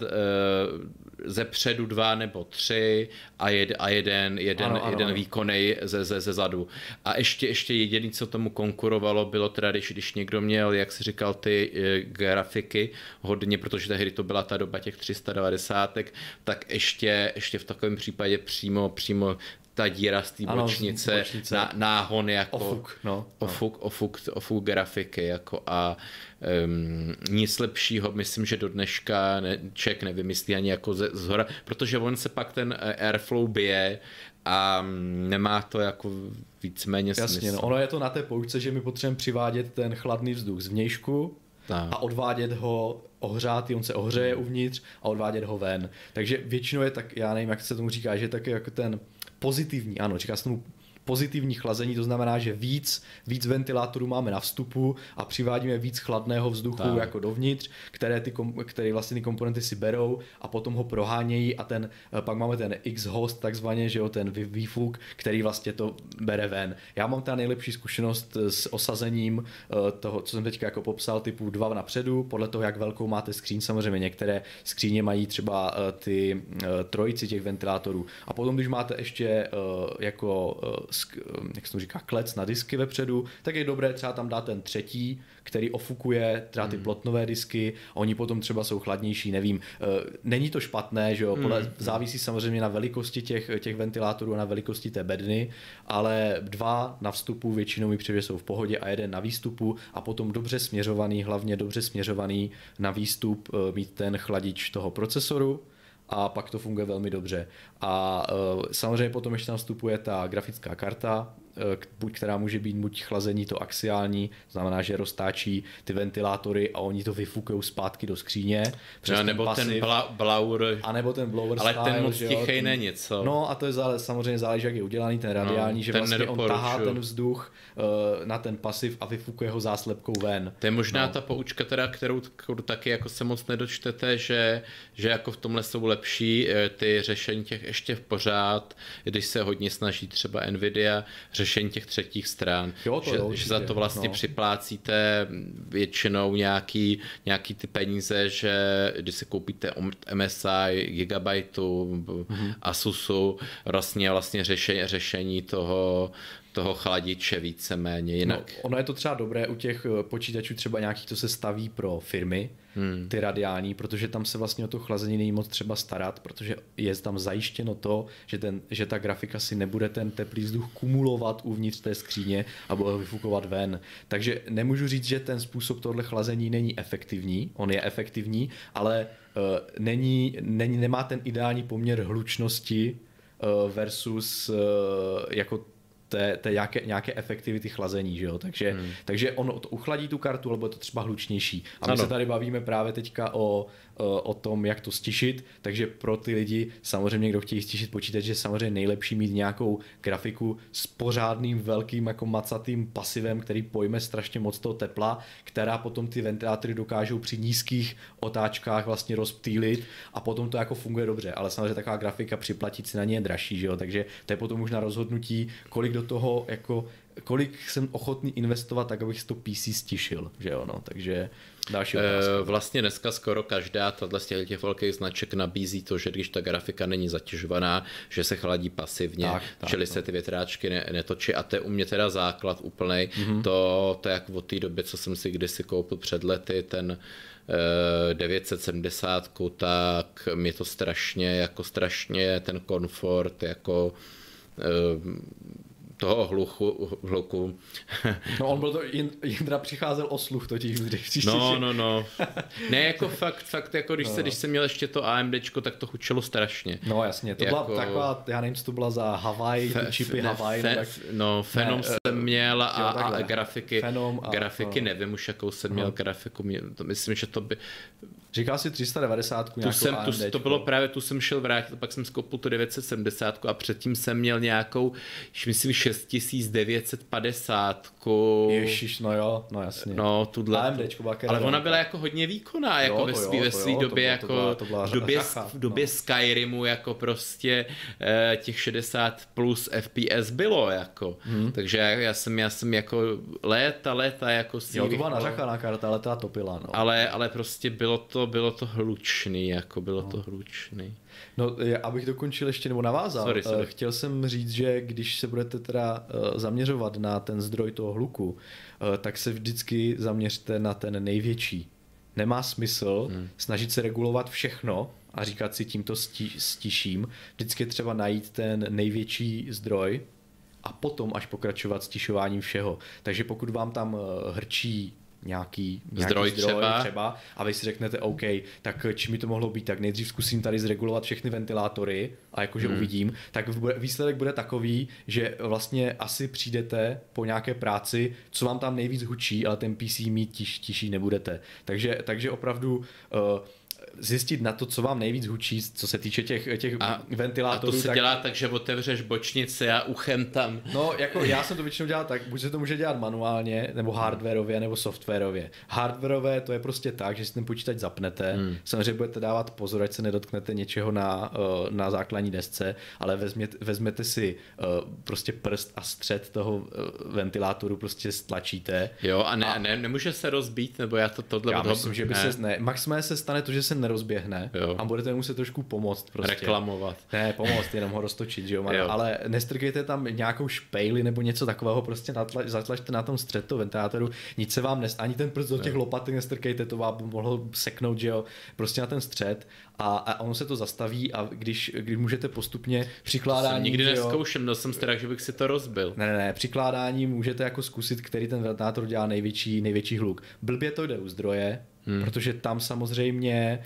ze předu 2 nebo 3 a jeden výkonnej ze zadu. A ještě jediný, co tomu konkurovalo, bylo teda, když někdo měl, jak si říkal, ty grafiky hodně, protože tehdy to byla ta doba těch 390, tak ještě v takovém případě přímo ta díra z té bočnice, náhon jako ofuk grafiky jako a nic lepšího, myslím, že do dneška člověk nevymyslí ani jako zhora, protože on se pak ten airflow bije a nemá to jako víceméně smysl. Jasně, ono je to na té poučce, že my potřebujeme přivádět ten chladný vzduch zvnějšku a odvádět ho, ohřátý, on se ohřeje uvnitř a odvádět ho ven. Takže většinou je tak, já nevím, jak se tomu říká, že je taky jako ten pozitivní, říká se tomu pozitivní chlazení, to znamená, že víc ventilátorů máme na vstupu a přivádíme víc chladného vzduchu jako dovnitř, které vlastně ty komponenty si berou a potom ho prohánějí a pak máme ten X-host takzvaně, že jo, ten výfuk, který vlastně to bere ven. Já mám ta nejlepší zkušenost s osazením toho, co jsem teďka jako popsal, typu 2 napředu, podle toho, jak velkou máte skříň, samozřejmě některé skříně mají třeba ty trojici těch ventilátorů a potom, když máte ještě jako jak se to říká, klec na disky vepředu, tak je dobré třeba tam dát ten třetí, který ofukuje třeba ty plotnové disky a oni potom třeba jsou chladnější, nevím. Není to špatné, že jo, závisí samozřejmě na velikosti těch ventilátorů a na velikosti té bedny, ale 2 na vstupu většinou mi přijde jsou v pohodě a 1 na výstupu a potom hlavně dobře směřovaný na výstup mít ten chladič toho procesoru a pak to funguje velmi dobře. A samozřejmě potom ještě tam vstupuje ta grafická karta, která může být buď chlazení to axiální, znamená, že roztáčí ty ventilátory a oni to vyfukují zpátky do skříně. Přes nebo ten blower. A nebo ten blower ale style, ten moc tichej není, co? No a to je samozřejmě záleží, jak je udělaný ten radiální, že vlastně on tahá ten vzduch na ten pasiv a vyfukuje ho záslepkou ven. To je možná ta poučka, teda, kterou taky jako se moc nedočtete, že jako v tomhle jsou lepší ty řešení těch ještě v pořád, když se hodně snaží třeba Nvidia řešení těch třetích stran, že za to vlastně připlácíte většinou nějaký ty peníze, že když si koupíte MSI, Gigabyteu, Asusu, vlastně řešení toho chladiče víceméně jinak. No, ono je to třeba dobré u těch počítačů třeba nějakých, to se staví pro firmy, ty radiální, protože tam se vlastně o to chlazení není moc třeba starat, protože je tam zajištěno to, že ta grafika si nebude ten teplý vzduch kumulovat uvnitř té skříně a bude ho vyfukovat ven. Takže nemůžu říct, že ten způsob tohle chlazení není efektivní, on je efektivní, ale nemá ten ideální poměr hlučnosti versus jako to je nějaké efektivity chlazení, že jo? Takže ono to uchladí tu kartu, alebo je to třeba hlučnější. A my se tady bavíme právě teďka o tom, jak to stišit, takže pro ty lidi samozřejmě, kdo chtějí stišit počítač, je samozřejmě nejlepší mít nějakou grafiku s pořádným velkým jako macatým pasivem, který pojme strašně moc toho tepla, která potom ty ventilátory dokážou při nízkých otáčkách vlastně rozptýlit a potom to jako funguje dobře, ale samozřejmě taková grafika připlatit si na ně je dražší, že jo? Takže to je potom už na rozhodnutí, kolik do toho jako kolik jsem ochotný investovat tak, abych si to PC stišil, že jo, no, takže další otázka. Vlastně dneska skoro každá tato z těch velkých značek nabízí to, že když ta grafika není zatěžovaná, že se chladí pasivně, čili se ty větráčky netočí a to je u mě teda základ úplnej. To je jako od té doby, co jsem si kdysi koupil před lety, ten 970, tak mi to strašně ten komfort jako toho hluku. No on byl to, Jindra přicházel o sluch totiž. No. Ne, jako fakt jako když jsem měl ještě to AMDčko, tak to chučelo strašně. No jasně, to byla taková, já nevím, co to byla za Hawaii, čipy Hawaii. Fenom jsem měl a grafiky nevím už, jakou jsem měl grafiku, myslím, že to by... Říkal si 390 nějakou AMDčko. To bylo právě, tu jsem šel vrátit, pak jsem skoupil tu 970 a předtím jsem měl nějakou, myslím, 6950. Ježiš, no jo, no jasně. No, tuhle. AMDčko byla ale ona byla jako hodně výkonná, jako ve své době, jako v době Skyrimu, jako prostě těch 60 plus FPS bylo, jako. Takže já jsem jako léta jako si... Jo, to byla nařachaná karta, ale ta topila, no. Ale prostě bylo to hlučný, jako bylo to hlučný. No, abych dokončil ještě, nebo navázal, sorry. Chtěl jsem říct, že když se budete teda zaměřovat na ten zdroj toho hluku, tak se vždycky zaměřte na ten největší. Nemá smysl snažit se regulovat všechno a říkat si tímto stiším. Vždycky je třeba najít ten největší zdroj a potom až pokračovat stišováním všeho. Takže pokud vám tam hrčí nějaký zdroj třeba a vy si řeknete OK, tak čím mi to mohlo být, tak nejdřív zkusím tady zregulovat všechny ventilátory a jakože uvidím, tak výsledek bude takový, že vlastně asi přijdete po nějaké práci, co vám tam nejvíc hučí, ale ten PC mít tiší nebudete. Takže opravdu zjistit na to, co vám nejvíc hučí, co se týče těch ventilátorů. A to se dělá tak, že otevřeš bočnici a uchem tam. No, jako já jsem to většinou dělal tak, buď se to může dělat manuálně, nebo hardwarově, nebo softwarově. Hardwarově to je prostě tak, že si ten počítač zapnete, samozřejmě budete dávat pozor, ať se nedotknete něčeho na základní desce, ale vezmete si prostě prst a střed toho ventilátoru prostě stlačíte. Jo, a nemůže se rozbít, nebo já myslím, že by maximálně se stane to, že se nerozběhne a budete muset trošku pomoct. Prostě. Reklamovat. Ne, pomoct, jenom ho roztočit, že jo? Ale nestrkejte tam nějakou špejli nebo něco takového, prostě zatlačte na tom střed toho ventilátoru, nic se vám ani ten prst do těch lopatek nestrkejte, to vám mohlo seknout, že jo? Prostě na ten střed a ono se to zastaví a když můžete postupně přikládáním... To jsem nikdy nezkoušel, měl jsem strach, že bych si to rozbil. Ne, přikládáním můžete jako zkusit, který ten ventilátor dělá největší hluk. Blbě to jde u zdroje, protože tam samozřejmě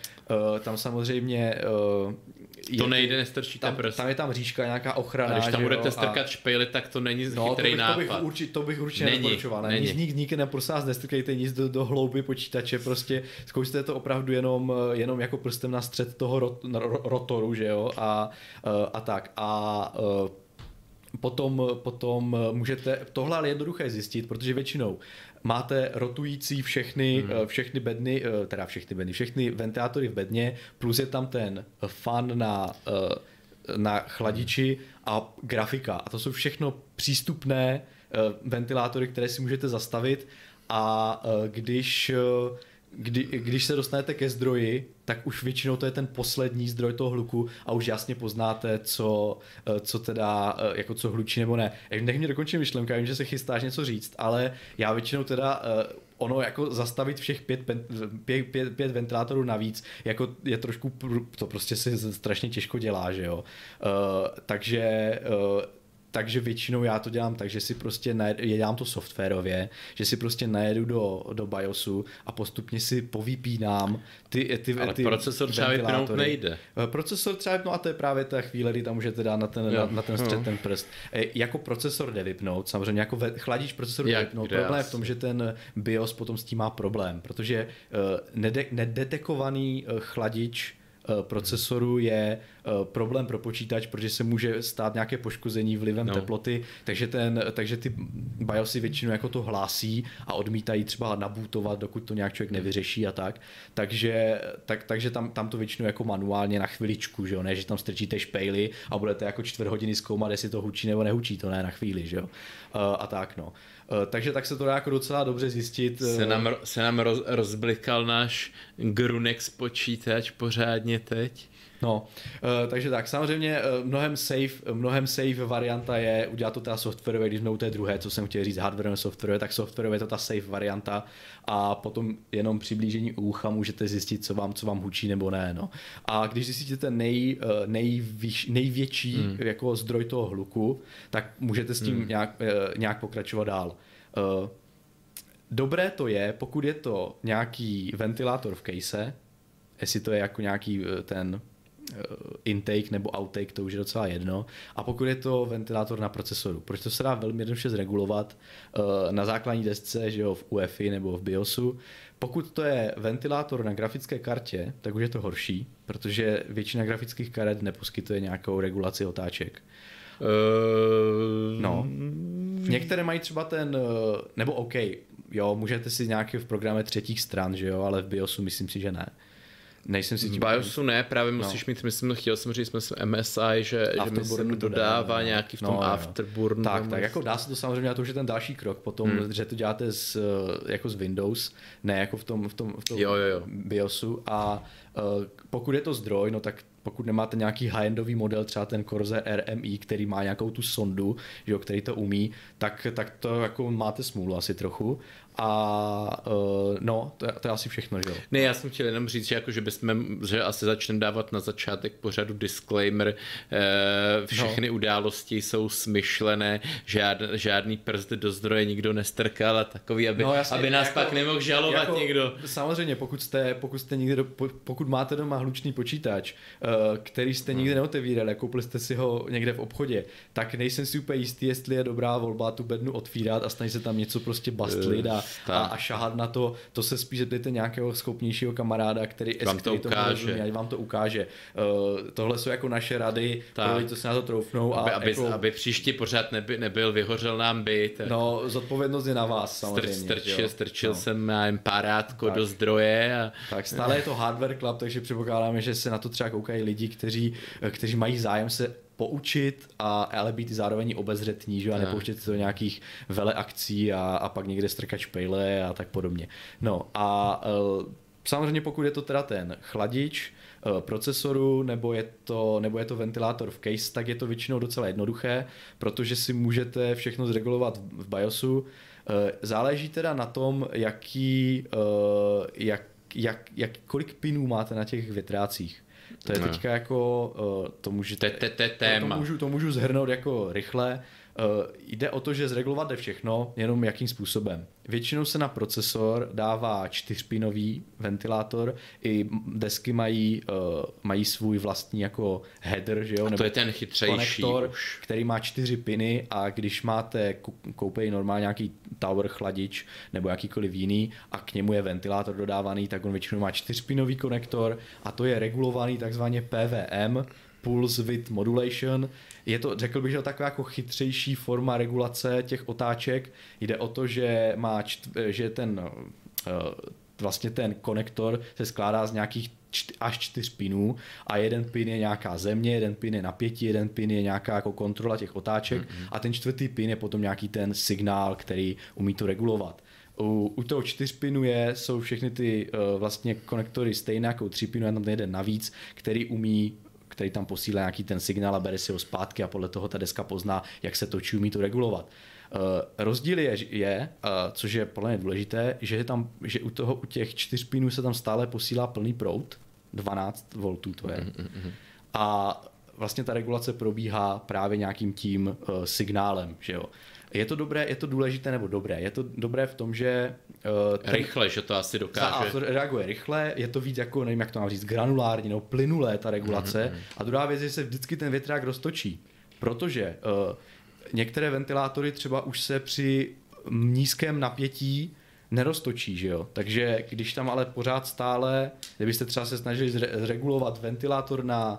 to nejde, nestrčíte prst. Tam je tam říška, nějaká ochrana. A když tam budete strkat špejly, tak to není chytrý nápad. To bych určitě nedoporučoval. Nikdy neprosím vás, nestrkejte nic do hlouby počítače, prostě zkoušejte to opravdu jenom jako prstem na střed toho rotoru, že jo, a tak. Potom můžete, tohle ale jednoduché zjistit, protože většinou máte rotující všechny ventilátory v bedně, plus je tam ten fan na chladiči a grafika. A to jsou všechno přístupné ventilátory, které si můžete zastavit a když se dostanete ke zdroji, tak už většinou to je ten poslední zdroj toho hluku a už jasně poznáte, co teda, jako co hlučí nebo ne. Nech mě dokončit myšlenku, já vím, že se chystáš něco říct, ale já většinou teda ono jako zastavit všech pět ventilátorů navíc, jako je trošku, to prostě se strašně těžko dělá, že jo. Takže takže většinou já to dělám tak, že si prostě dělám to softwarově, že si prostě najedu do BIOSu a postupně si povypínám ty procesor třeba vypnout nejde. Procesor třeba vypnout, a to je právě ta chvíle, kdy tam můžete dát na ten střed ten prst. Jako procesor jde vypnout, samozřejmě jako chladič procesoru jde vypnout. Problém je v tom, že ten BIOS potom s tím má problém, protože nedetekovaný chladič procesoru je problém pro počítač, protože se může stát nějaké poškození vlivem teploty, takže ty BIOSy většinou jako to hlásí a odmítají třeba nabootovat, dokud to nějak člověk nevyřeší a tak. Takže tam to většinou jako manuálně na chviličku, že jo, ne, že tam strčíte špejly a budete jako 4 hodiny zkoumat, jestli to hučí nebo nehučí, to ne na chvíli, že jo. A tak no. Takže tak se to dá jako docela dobře zjistit. Se nám rozblikal náš Grunex počítač pořádně teď. No, takže tak, samozřejmě mnohem safe varianta je udělat to teda softwarové, když jsme u té druhé, co jsem chtěl říct, hardwarové, softwarové, tak softwarové je to ta safe varianta a potom jenom přiblížení ucha můžete zjistit, co vám hučí nebo ne, no. A když zjistíte ten největší jako zdroj toho hluku, tak můžete s tím nějak pokračovat dál. Dobré to je, pokud je to nějaký ventilátor v case, jestli to je jako nějaký ten intake nebo outtake, to už je docela jedno. A pokud je to ventilátor na procesoru, protože to se dá velmi jednoduše zregulovat na základní desce, že jo, v UEFI nebo v BIOSu. Pokud to je ventilátor na grafické kartě, tak už je to horší, protože většina grafických karet neposkytuje nějakou regulaci otáček. No. Některé mají třeba nebo OK, jo, můžete si nějaký v programe třetích stran, že jo, ale v BIOSu myslím si, že ne. Nejsem si v BIOSu ne, právě musíš mít, chtěl jsem říct, MSI, že mi se dodává nějaký v tom Afterburn. Tak jako dá se to samozřejmě, a to už je ten další krok potom, že to děláte jako z Windows, ne jako v tom BIOSu a pokud je to zdroj, no tak pokud nemáte nějaký high-endový model, třeba ten Corsair RMI, který má nějakou tu sondu, že jo, který to umí, tak to jako máte smůlu asi trochu. A no, to je asi všechno, že jo. Ne, já jsem chtěl jenom říct, že asi začneme dávat na začátek pořadu disclaimer, všechny události jsou smyšlené, žádný prst do zdroje nikdo nestrkal a takový, aby nás jako, pak nemohl žalovat někdo. Samozřejmě, pokud máte doma hlučný počítač, který jste nikdy neotevírali, koupili jste si ho někde v obchodě, tak nejsem si úplně jistý, jestli je dobrá volba tu bednu otvírat a snažit se tam něco prostě bastlit a šahat na to se spíš zeptejte nějakého schopnějšího kamaráda, který to rozumí, ať vám to ukáže. Tohle jsou jako naše rady, to se na to troufnou. Aby příští pořád nebyl, vyhořel nám byt. No, zodpovědnost je na vás samozřejmě. Strčil jsem párátko do zdroje. Tak stále je to Hardware Club, takže předpokládáme, že se na to třeba koukají lidi, kteří mají zájem se poučit, ale být zároveň obezřetní, že? A nepouštět se do nějakých veleakcí a pak někde strkat špejle a tak podobně. No a samozřejmě pokud je to teda ten chladič procesoru nebo je to ventilátor v case, tak je to většinou docela jednoduché, protože si můžete všechno zregulovat v BIOSu. Záleží teda na tom, kolik pinů máte na těch větrácích. To je teďka jako, to můžu shrnout jako rychle. Jde o to, že zregulovat jde všechno, jenom jakým způsobem. Většinou se na procesor dává 4pinový ventilátor, i desky mají svůj vlastní jako header, že jo? A to je ten chytřejší konektor, který má 4 piny a když koupej normálně nějaký tower chladič nebo jakýkoliv jiný a k němu je ventilátor dodávaný, tak on většinou má 4pinový konektor a to je regulovaný takzvaně PWM, Pulse Width Modulation. Je to, řekl bych, že taková jako chytřejší forma regulace těch otáček. Jde o to, že vlastně ten konektor se skládá z nějakých až 4 pinů a jeden pin je nějaká země, jeden pin je napětí, jeden pin je nějaká jako kontrola těch otáček a ten 4. pin je potom nějaký ten signál, který umí to regulovat. U toho 4 pinu jsou všechny ty vlastně konektory stejné jako 3 pinu, je tam jeden navíc, který tam posílá nějaký ten signál a bere si ho zpátky a podle toho ta deska pozná, jak se točí, umí to regulovat. Rozdíl je, což je podle mě důležité, že u těch 4 pinů se tam stále posílá plný proud, 12 V to je. A vlastně ta regulace probíhá právě nějakým tím signálem, že jo. Je to dobré, je to důležité nebo dobré? Je to dobré v tom, že... rychle, že to asi dokáže. Reaguje rychle, je to víc jako, nevím jak to mám říct, granulární nebo plynulé ta regulace. A druhá věc je, že se vždycky ten větrák roztočí. Protože některé ventilátory třeba už se při nízkém napětí neroztočí, že jo? Takže když tam ale pořád stále, kdybyste třeba se snažili zregulovat ventilátor na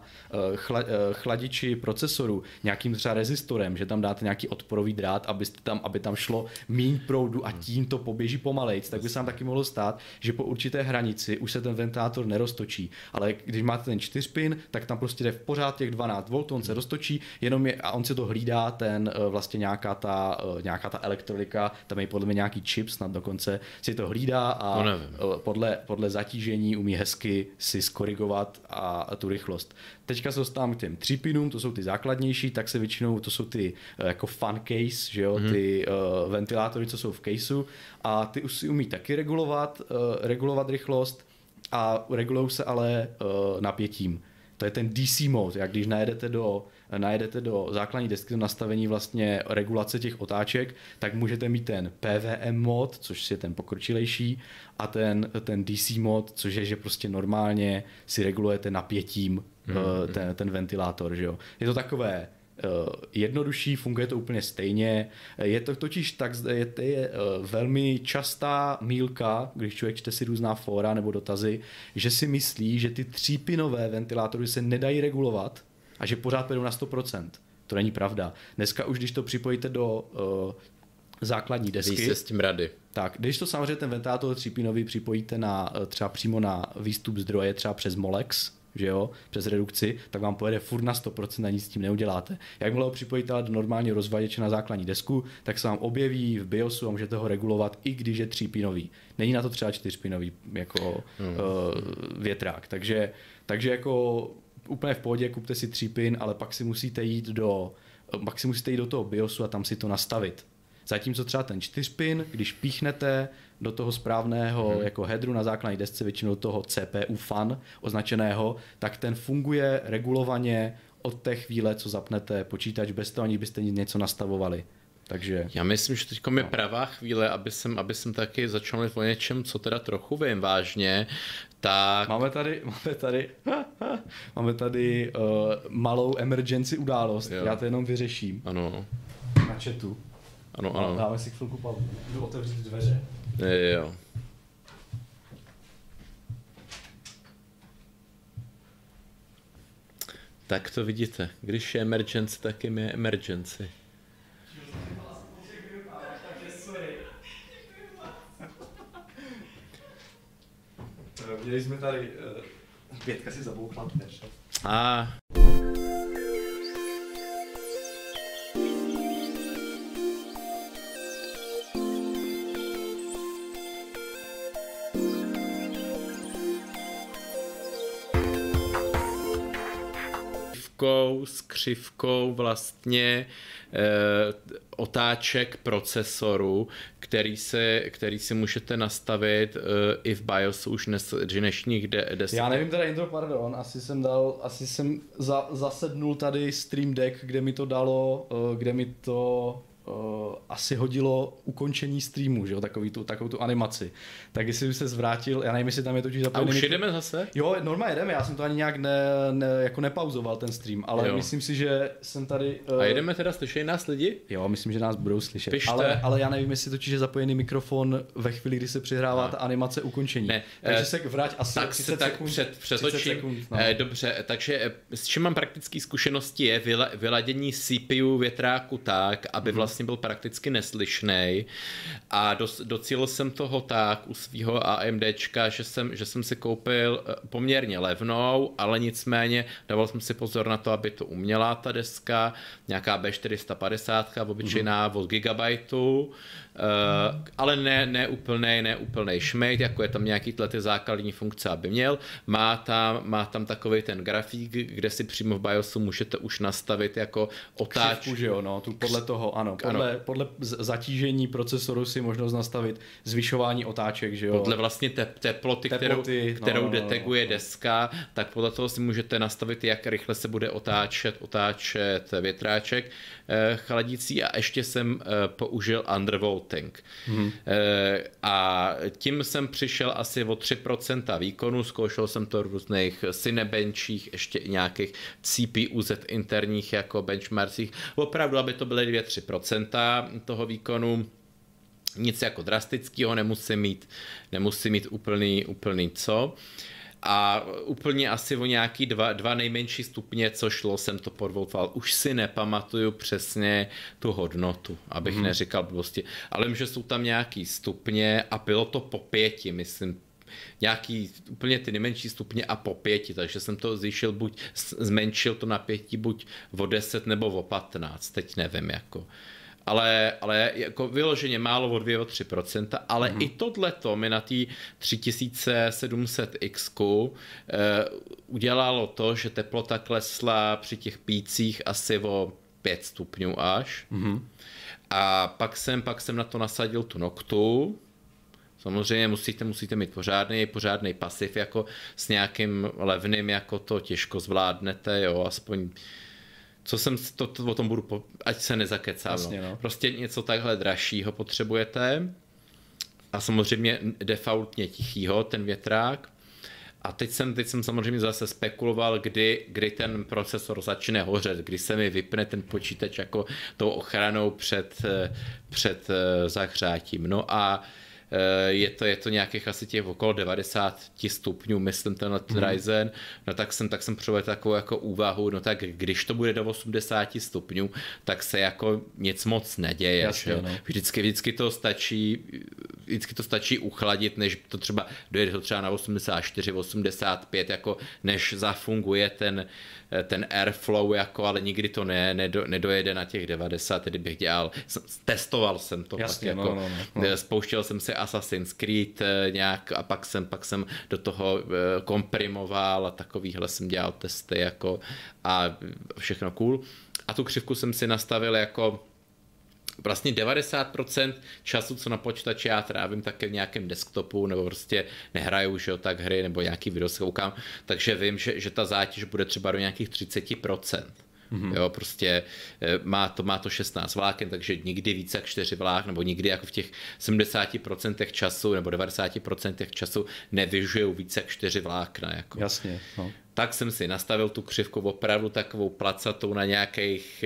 chladiči procesoru nějakým třeba rezistorem, že tam dáte nějaký odporový drát, aby tam šlo míň proudu a tím to poběží pomalejc, tak by se tam taky mohlo stát, že po určité hranici už se ten ventilátor neroztočí. Ale když máte ten 4-pin, tak tam prostě jde v pořád těch 12 V, on se roztočí, a on si to hlídá, ten vlastně nějaká ta elektronika, tam je podle mě nějaký čip snad dokonce, si to hlídá a podle zatížení umí hezky si skorigovat a tu rychlost. Teďka se dostávám k těm 3 pinům, to jsou ty základnější, tak se většinou, to jsou ty jako fan case, že jo, ty ventilátory, co jsou v caseu a ty už si umí taky regulovat rychlost a regulují se ale napětím. To je ten DC mode, jak když najedete do základní desky do nastavení vlastně regulace těch otáček, tak můžete mít ten PWM mod, což je ten pokročilejší, a ten DC mod, což je, že prostě normálně si regulujete napětím ten ventilátor. Že jo? Je to takové jednodušší, funguje to úplně stejně. Je to totiž tak, je velmi častá mýlka, když člověk čte si různá fóra nebo dotazy, že si myslí, že ty 3pinové ventilátory se nedají regulovat a že pořád půjdou na 100%. To není pravda. Dneska už, když to připojíte do základní desky, se s tím rady. Tak, když to samozřejmě ten ventilátor 3pinový připojíte třeba přímo na výstup zdroje, třeba přes Molex, že jo, přes redukci, tak vám pojede furt na 100% a nic s tím neuděláte. Jakmile ho připojíte do normálního rozvaděče na základní desku, tak se vám objeví v BIOSu a můžete ho regulovat, i když je 3pinový. Není na to třeba 4pinový jako větrák. Takže jako úplně v pohodě, kupte si 3pin, ale pak si musíte jít do toho BIOSu a tam si to nastavit. Zatímco třeba ten 4pin, když píchnete do toho správného jako headru na základní desce, většinou do toho CPU fan označeného, tak ten funguje regulovaně od té chvíle, co zapnete počítač, bez toho, aniž byste něco nastavovali. Takže... Já myslím, že teď je pravá chvíle, aby jsem taky začal mluvit o něčem, co teda trochu vím vážně. Tak... Máme tady malou emergency událost. Jo. Já to jenom vyřeším. Ano. Na chatu. Ano. Dáme si chvilku pauzu. Jdu otevřít dveře. Jo. Tak to vidíte. Když je emergency, tak je emergency. Měli jsme tady... Pětka si zabouchla dveře. S křivkou vlastně otáček procesoru, který si můžete nastavit i v BIOSu už dnešních desek. Já nevím teda intro, pardon, asi jsem zasednul tady Stream Deck, kde mi to dalo, asi hodilo ukončení streamu, že jo, takovou tu animaci. Tak jestli by se zvrátil, já nevím, jestli tam je totiž zapojený... A už jedeme zase? Jo, normálně jedeme, já jsem to ani nějak jako nepauzoval ten stream, ale myslím si, že jsem tady... A jedeme teda, slyšejí nás lidi? Jo, myslím, že nás budou slyšet. Pište. Ale já nevím, jestli totiž je zapojený mikrofon ve chvíli, kdy se přihrává ta animace ukončení. Ne, takže se vrať asi tak 30 sekund. Přetočím. 30 sekund, no. Dobře, takže s čím mám praktické zkušenosti je vyladění CPU větráku tak, aby vlastně byl prakticky neslyšnej a docílil jsem toho tak u svého AMDčka, že jsem si koupil poměrně levnou, ale nicméně dával jsem si pozor na to, aby to uměla ta deska, nějaká B450, obyčejná od Gigabajtu, ale ne úplnej šmejt, jako je tam nějaký ty základní funkce, aby měl. Má tam takovej ten grafík, kde si přímo v BIOSu můžete už nastavit jako křivku, že jo, no, tu podle toho, ano. podle zatížení procesoru si možnost nastavit zvyšování otáček, že jo? Podle vlastně teploty, kterou detekuje deska, tak podle toho si můžete nastavit, jak rychle se bude otáčet větráček chladící, a ještě jsem použil undervolting. A tím jsem přišel asi o 3% výkonu, zkoušel jsem to v různých Cinebenchích, ještě i nějakých CPU-Z interních jako benchmarkcích, opravdu, aby to byly 2-3% toho výkonu. Nic jako drastického, nemusí mít úplný co. A úplně asi o nějaký dva nejmenší stupně, co šlo, jsem to podvoltoval. Už si nepamatuju přesně tu hodnotu, abych neříkal blbosti. Ale vím, že jsou tam nějaký stupně a bylo to po 5, myslím. Nějaký úplně ty nejmenší stupně a po 5, takže jsem to zmenšil to napětí buď o 10 nebo o 15, teď nevím jako. Ale jako vyloženě málo o 2-3%, ale i tohleto mi na té 3700X udělalo to, že teplota klesla při těch pících asi o 5 stupňů až. A pak jsem na to nasadil tu Noctu. Samozřejmě musíte mít pořádný pasiv, jako s nějakým levným, jako to těžko zvládnete, jo, aspoň co jsem o tom budu, ať se nezakecám. Jasně, no. Prostě něco takhle dražšího potřebujete a samozřejmě defaultně tichýho, ten větrák. A teď jsem samozřejmě zase spekuloval, kdy ten procesor začne hořet, kdy se mi vypne ten počítač jako tou ochranou před zahřátím. No a je to nějakých asi těch okolo 90 stupňů, myslím, ten Ryzen, no tak jsem provedl takovou jako úvahu, no tak když to bude do 80 stupňů, tak se jako nic moc neděje. Jasně, no. Vždycky to stačí uchladit, než to třeba dojde to třeba na 84, 85, jako než zafunguje ten airflow, jako, ale nikdy to nedojede na těch 90, tedy bych testoval jsem to. Jasně, pak, jako, spouštěl jsem si Assassin's Creed nějak a pak jsem do toho komprimoval a takovýhle jsem dělal testy jako a všechno cool. A tu křivku jsem si nastavil jako vlastně 90% času, co na počítači já trávím, tak v nějakém desktopu, nebo prostě nehraju, že jo, tak hry, nebo nějaký video se koukám, takže vím, že ta zátěž bude třeba do nějakých 30%. Jo, prostě má to 16 vláken, takže nikdy více jak 4 vlák, nebo nikdy jako v těch 70% času, nebo 90% času nevyžuju více jak 4 vlákna. Jako. Jasně. No. Tak jsem si nastavil tu křivku opravdu takovou placatou na nějakých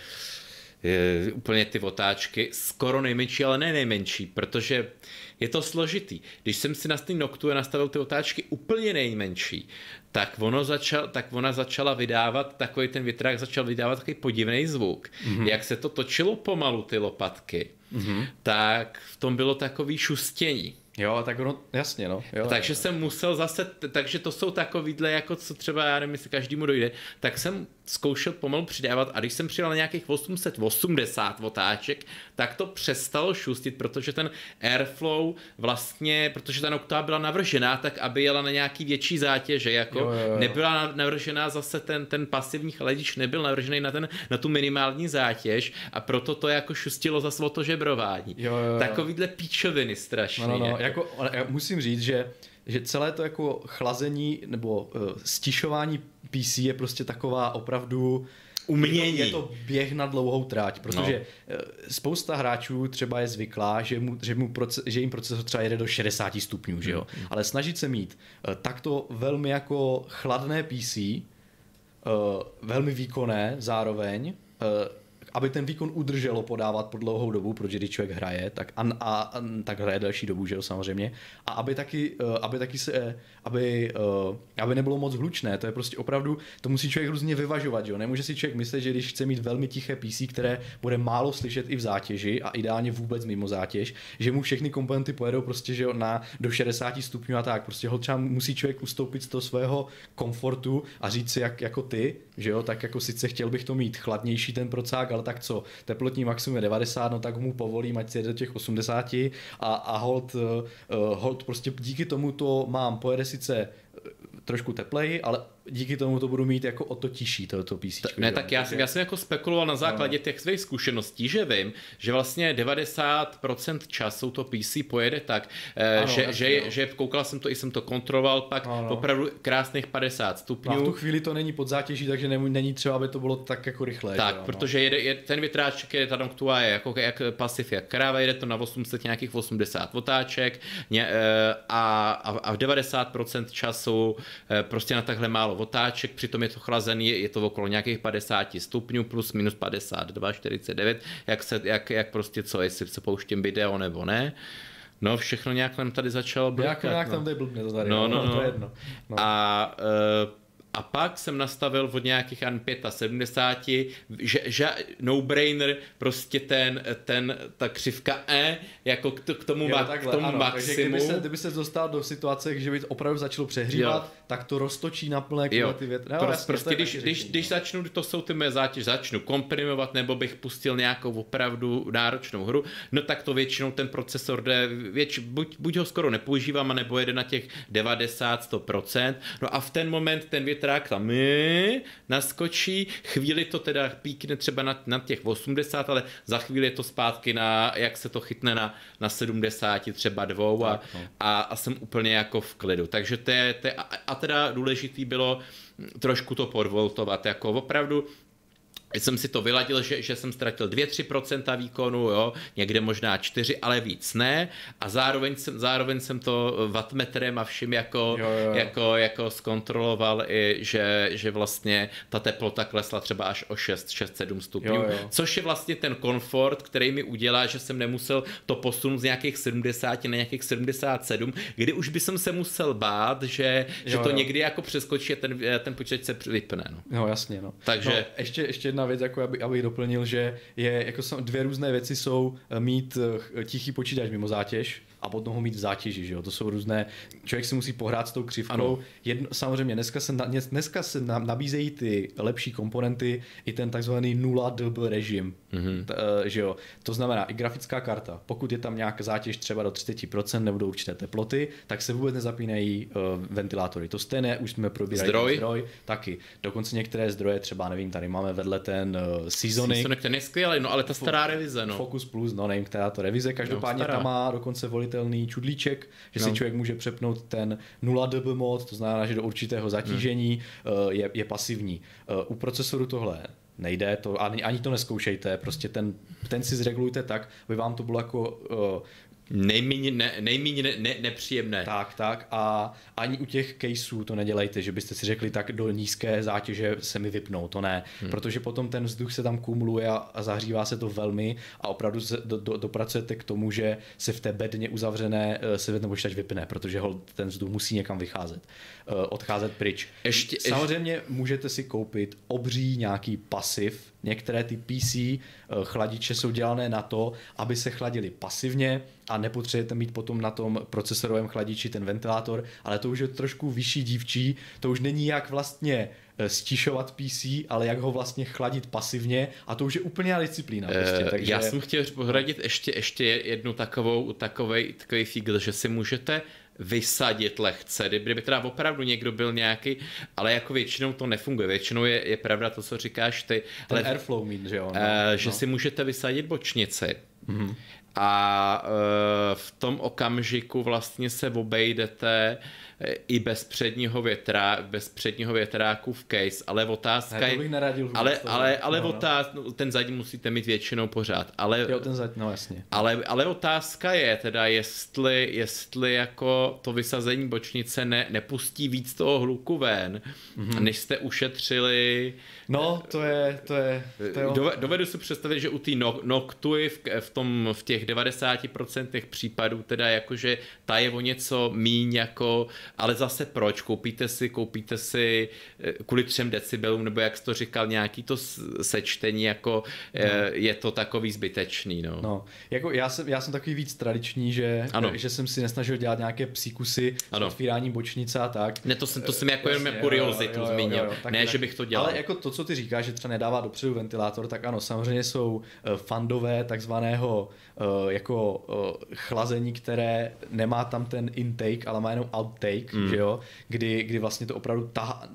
úplně ty otáčky, skoro nejmenší, ale ne nejmenší, protože je to složitý. Když jsem si na té Noctu nastavil ty otáčky úplně nejmenší, tak ona začala vydávat, takový ten větrák začal vydávat takový podivný zvuk. Jak se to točilo pomalu, ty lopatky, tak v tom bylo takový šustění. Jo, tak ono, jasně, no. Jo, takže jsem musel zase, takže to jsou takovýhle, jako co třeba, já nevím, jestli každému dojde, tak jsem zkoušel pomalu přidávat a když jsem přidal nějakých 880 otáček, tak to přestalo šustit, protože ten airflow vlastně, protože ta Nocta byla navržená tak, aby jela na nějaký větší zátěže, jako jo. Nebyla navržená zase ten pasivní chladič, nebyl navržený na tu minimální zátěž a proto to jako šustilo zase o to žebrování. Jo. Takovýhle píčoviny strašný. No. Jako, já musím říct, že celé to jako chlazení nebo stišování PC je prostě taková opravdu umění. Je to běh na dlouhou tráť, protože spousta hráčů třeba je zvyklá, že jim procesor třeba jede do 60 stupňů, že jo? Ale snažit se mít takto velmi jako chladné PC, velmi výkonné zároveň, aby ten výkon udrželo podávat po dlouhou dobu, protože když člověk hraje, tak hraje delší dobu, že jo, samozřejmě, a aby nebylo moc hlučné, to je prostě opravdu, to musí člověk různě vyvažovat, že jo, nemůže si člověk myslet, že když chce mít velmi tiché PC, které bude málo slyšet i v zátěži a ideálně vůbec mimo zátěž, že mu všechny komponenty pojedou prostě, že jo, do 60 stupňů a tak, prostě třeba musí člověk ustoupit z toho svého komfortu a říct si jako ty, že jo, tak jako sice chtěl bych to mít chladnější ten procák, ale tak co, teplotní maximum je 90, no tak mu povolím, ať si jede do těch 80 a hold prostě díky tomu to pojede sice trošku tepleji, ale díky tomu to budu mít jako o to tižší to PC. Ne, tak já jsem jako spekuloval na základě těch svých zkušeností, že vím, že vlastně 90% času to PC pojede tak, že koukal jsem to, i jsem to kontroloval, pak opravdu krásných 50 stupňů. No a v tu chvíli to není pod zátěží, takže není třeba, aby to bylo tak jako rychle. Tak, protože ten větráček je tam je jako jak pasiv, jak kráva, jede to na 800 nějakých 80 otáček a v 90% času prostě na takhle málo otáček, přitom je to chlazený, je to okolo nějakých 50 stupňů, plus minus 52, 49, jak prostě co, jestli se pouštím video nebo ne. No, všechno nějak nám tady začalo blikat. Nějak tam tady blbne to tady, to je jedno. No. A pak jsem nastavil od nějakých 75, že no-brainer, prostě ta křivka jako k tomu maximu. Takže kdyby se dostal do situace, že by opravdu začalo přehřívat, tak to roztočí na plné ty větry. Prostě když začnu, to jsou ty mé zátěž, začnu komprimovat, nebo bych pustil nějakou opravdu náročnou hru, no tak to většinou ten procesor jde, buď ho skoro nepoužívám, nebo jede na těch 90-100%, no a v ten moment ten větrák tam naskočí, chvíli to teda píkne třeba na těch 80, ale za chvíli je to zpátky jak se to chytne na 70, třeba 2 a jsem úplně jako v klidu. Takže a teda důležitý bylo trošku to podvoltovat, jako opravdu jsem si to vyladil, že jsem ztratil 2-3% výkonu, jo, někde možná 4, ale víc ne. A zároveň jsem to wattmetrem a vším jako zkontroloval, že vlastně ta teplota klesla třeba až o 6-7 stupňů. Což je vlastně ten komfort, který mi udělá, že jsem nemusel to posunout z nějakých 70 na nějakých 77, kdy už by jsem se musel bát, že to někdy jako přeskočí a ten počítač se vypne. No jasně, no. Takže ještě jedna věc, jako abych doplnil, že je jako dvě různé věci jsou mít tichý počítač mimo zátěž a potom ho mít v zátěži, že jo? To jsou různé, člověk si musí pohrát s tou křivkou. Samozřejmě dneska se nabízejí ty lepší komponenty, i ten takzvaný 0 dB režim, že jo? To znamená i grafická karta, pokud je tam nějaká zátěž třeba do 30% nebo do určité teploty, tak se vůbec nezapínají ventilátory. To stejné už jsme probírali zdroj taky. Dokonce některé zdroje, třeba nevím, tady máme vedle ten Seasonic, ten je skvělý, no ale ta stará revize, no. Focus Plus, no nevím, která to revize, každopádně tam má dokonce volitelný čudlíček, že si člověk může přepnout ten 0 dB mod, to znamená, že do určitého zatížení je pasivní. U procesoru tohle nejde, to ani to neskoušejte, prostě ten si zregulujte tak, aby vám to bylo jako nejméně nepříjemné. Tak a ani u těch caseů to nedělejte, že byste si řekli, tak do nízké zátěže se mi vypnou, to ne, protože potom ten vzduch se tam kumuluje a zahřívá se to velmi a opravdu se dopracujete k tomu, že se v té bedně uzavřené se ten počítač vypne, protože ten vzduch musí někam vycházet, odcházet pryč. Samozřejmě můžete si koupit obří nějaký pasiv, některé ty PC chladiče jsou dělané na to, aby se chladili pasivně a nepotřebujete mít potom na tom procesorovém chladiči ten ventilátor, ale to už je trošku vyšší dívčí, to už není jak vlastně stišovat PC, ale jak ho vlastně chladit pasivně a to už je úplně disciplína. Prostě, takže... Já jsem chtěl poradit ještě jednu takový fígl, že si můžete vysadit lehce, kdyby teda opravdu někdo byl nějaký, ale jako většinou to nefunguje. Většinou je pravda to, co říkáš ty. Ten airflow mít, že jo? Že si můžete vysadit bočnici. A v tom okamžiku vlastně se obejdete i bez předního větráku v case, ale otázka je... ten zadní musíte mít většinou pořád. Jasně. Ale otázka je teda, jestli jako to vysazení bočnice nepustí víc toho hluku ven, než jste ušetřili... No, to je... Dovedu si představit, že u té Noctui v těch 90% případů teda jakože ta je o něco míň jako, ale zase proč? Koupíte si kvůli 3 decibelům, nebo jak jsi to říkal, nějaký to sečtení, jako je to takový zbytečný, no. No, jako já jsem takový víc tradiční, že jsem si nesnažil dělat nějaké psíkusy s otvíráním bočnice a tak. Ne, to jsem jako jenom kuriozitu zmínil, ne, že bych to dělal. Ale jako to, co ty říkáš, že třeba nedává dopředu ventilátor, tak ano, samozřejmě jsou fandové takzvaného jako chlazení, které nemá tam ten intake, ale má jenom outtake, intake, že jo, kdy vlastně to opravdu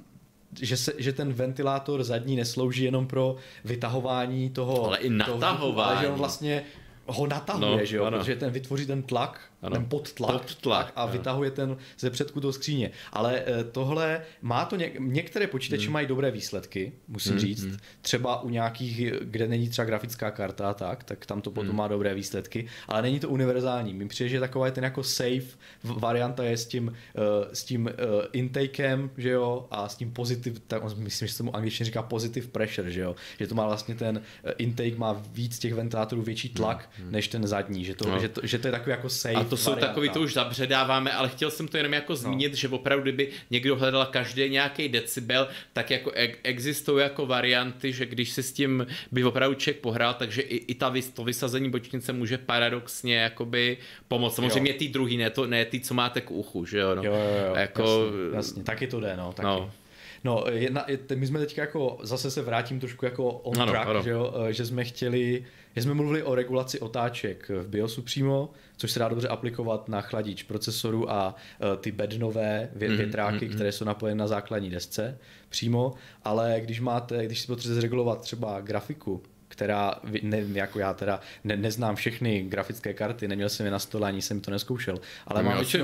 že ten ventilátor zadní neslouží jenom pro vytahování toho, ale i natahování. Ale že on vlastně ho natahuje, že jo, ano. protože ten vytvoří ten tlak, ten podtlak a vytahuje ten ze předku do skříně. Ale tohle má to některé počítače mají dobré výsledky, musím říct. Třeba u nějakých, kde není třeba grafická karta, tak tam to potom má dobré výsledky, ale není to univerzální. Mně přijde, že taková je ten jako safe varianta je s tím intakem, že jo, a s tím positive, myslím, že se mu angličtině říká positive pressure, že jo, že to má vlastně ten intake má víc těch ventilátorů, větší tlak než ten zadní, že to je takový jako safe. A to jsou varianta. takový, to už zabředáváme, ale chtěl jsem to jenom jako zmínit, že opravdu, kdyby někdo hledal každý nějaký decibel, tak jako existují jako varianty, že když si s tím by opravdu člověk pohrál, takže i to vysazení bočnice může paradoxně jakoby pomoct. Samozřejmě ty druhý, ne ty, co máte k uchu, že jo. No. Jo, jako, jasně, taky to jde, no. Taky. No, my jsme teď jako, zase se vrátím trošku jako on track, že jo, že jsme mluvili o regulaci otáček v BIOSu přímo, což se dá dobře aplikovat na chladič procesoru a ty bednové větráky, které jsou napojeny na základní desce přímo, ale když si potřebujete zregulovat třeba grafiku, která, jako já teda neznám všechny grafické karty, neměl jsem je na stole, ani jsem to neskoušel, ale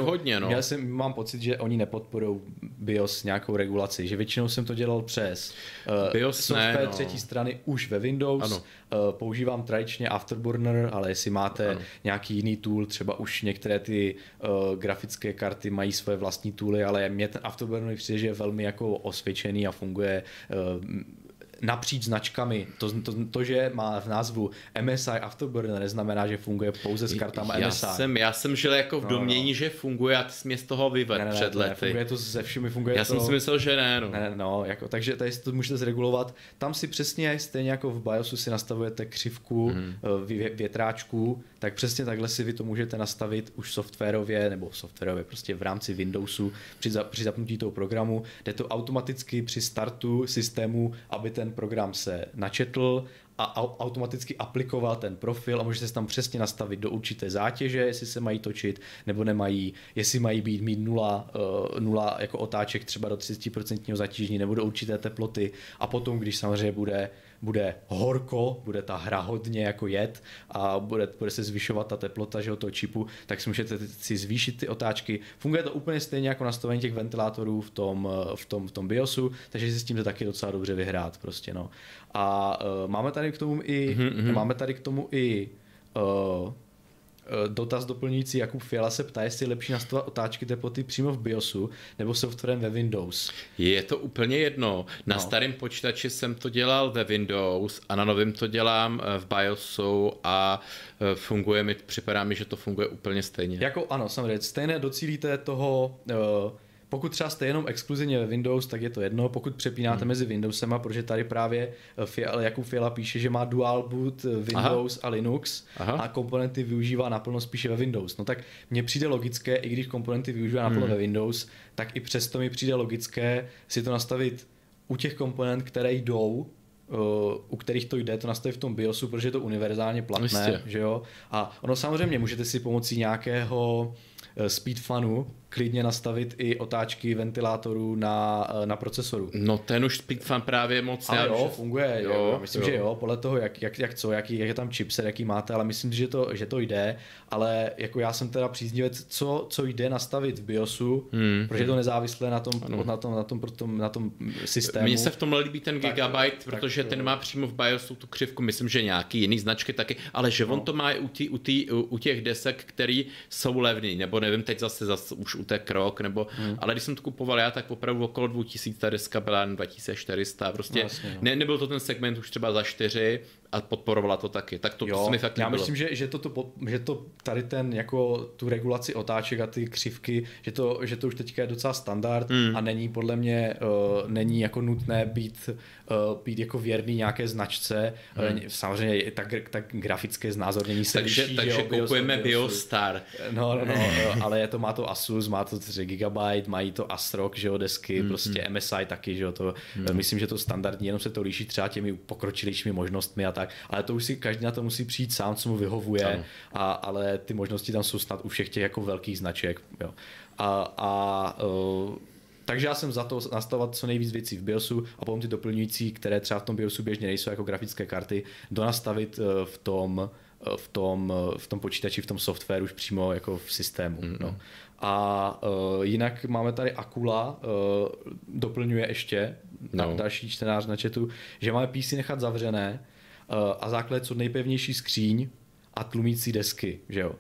mám pocit, že oni nepodporují BIOS nějakou regulaci, že většinou jsem to dělal přes software třetí strany už ve Windows, používám tradičně Afterburner, ale jestli máte nějaký jiný tool, třeba už některé ty grafické karty mají svoje vlastní tooly, ale mě ten Afterburner přijde, že je velmi jako osvědčený a funguje napříč značkami. To, že má v názvu MSI Afterburner, neznamená, že funguje pouze s kartama MSI. Já jsem žil jako v domění, že funguje a ty jsi mě z toho vyvedl před lety. Funguje to se všemi, Já jsem si myslel, že ne. Takže tady to můžete zregulovat. Tam si přesně, stejně jako v BIOSu si nastavujete křivku větráčků, tak přesně takhle si vy to můžete nastavit už softwarově, prostě v rámci Windowsu při zapnutí toho programu. Jde to automaticky při startu systému, aby ten program se načetl a automaticky aplikoval ten profil a můžete se tam přesně nastavit do určité zátěže, jestli se mají točit nebo nemají, jestli mají mít nula jako otáček třeba do 30% zatížení nebo do určité teploty a potom, když samozřejmě bude horko, bude ta hra hodně jako jet a bude se zvyšovat ta teplota, že toho čipu, tak si můžete si zvýšit ty otáčky. Funguje to úplně stejně jako nastavení těch ventilátorů v tom BIOSu, takže si s tím to taky docela dobře vyhrát prostě, no. A máme tady k tomu i dotaz doplňující. Jakub Fiala se ptá, jestli je lepší nastavovat otáčky teploty přímo v BIOSu nebo softwarem ve Windows. Je to úplně jedno. Na starém počítači jsem to dělal ve Windows a na novém to dělám v BIOSu a připadá mi, že to funguje úplně stejně. Ano, samozřejmě. Stejné docílíte toho. Pokud třeba jste jenom exkluzivně ve Windows, tak je to jedno. Pokud přepínáte mezi Windowsema, protože tady právě Jakub Fiala píše, že má dual boot Windows a Linux a komponenty využívá naplno spíše ve Windows. No tak mně přijde logické, i když komponenty využívá naplno ve Windows, tak i přesto mi přijde logické si to nastavit u těch komponent, které jdou, u kterých to jde, to nastavit v tom BIOSu, protože je to univerzálně platné, že jo? A ono samozřejmě můžete si pomocí nějakého SpeedFunu klidně nastavit i otáčky ventilátorů na procesoru. No ten už SpeedFun právě moc ale funguje. Myslím, že jo, podle toho, jak je tam chipset, jaký máte, ale myslím, že to jde, ale jako já jsem teda příznivec, co jde nastavit v BIOSu, protože je to nezávislé na tom systému. Mně se v tomhle líbí ten Gigabyte, protože ten má přímo v BIOSu tu křivku, myslím, že nějaký jiný značky taky, ale že on to má u těch desek, který jsou levný, nebo nevím, teď zase už utek rok, nebo, ale když jsem to kupoval já, tak opravdu okolo 2000 ta deska byla 2400, prostě nebyl to ten segment už třeba za 4 a podporovala to taky. Tak to mi fakt já myslím, že to tady ten jako tu regulaci otáček a ty křivky, že to už teďka je docela standard a není podle mě není jako nutné být jako věrný nějaké značce. Samozřejmě tak grafické znázornění se liší. Takže kupujeme BIOStar. No, ale má to Asus, má to 3 GB, mají to ASRock, že jo, desky, prostě MSI taky, že jo, to myslím, že to standardní, jenom se to líší třeba těmi pokročilejšími možnostmi a tak, ale to už si každý na to musí přijít sám, co mu vyhovuje, ale ty možnosti tam jsou snad u všech těch jako velkých značek, jo. Takže já jsem za to nastavovat co nejvíc věcí v BIOSu a potom ty doplňující, které třeba v tom BIOSu běžně nejsou jako grafické karty, donastavit v tom počítači, v tom softwaru už přímo jako v systému. No. A jinak máme tady Akula, doplňuje ještě další čtenář na chatu, že máme PC nechat zavřené a základ co nejpevnější skříň a tlumící desky, že jo.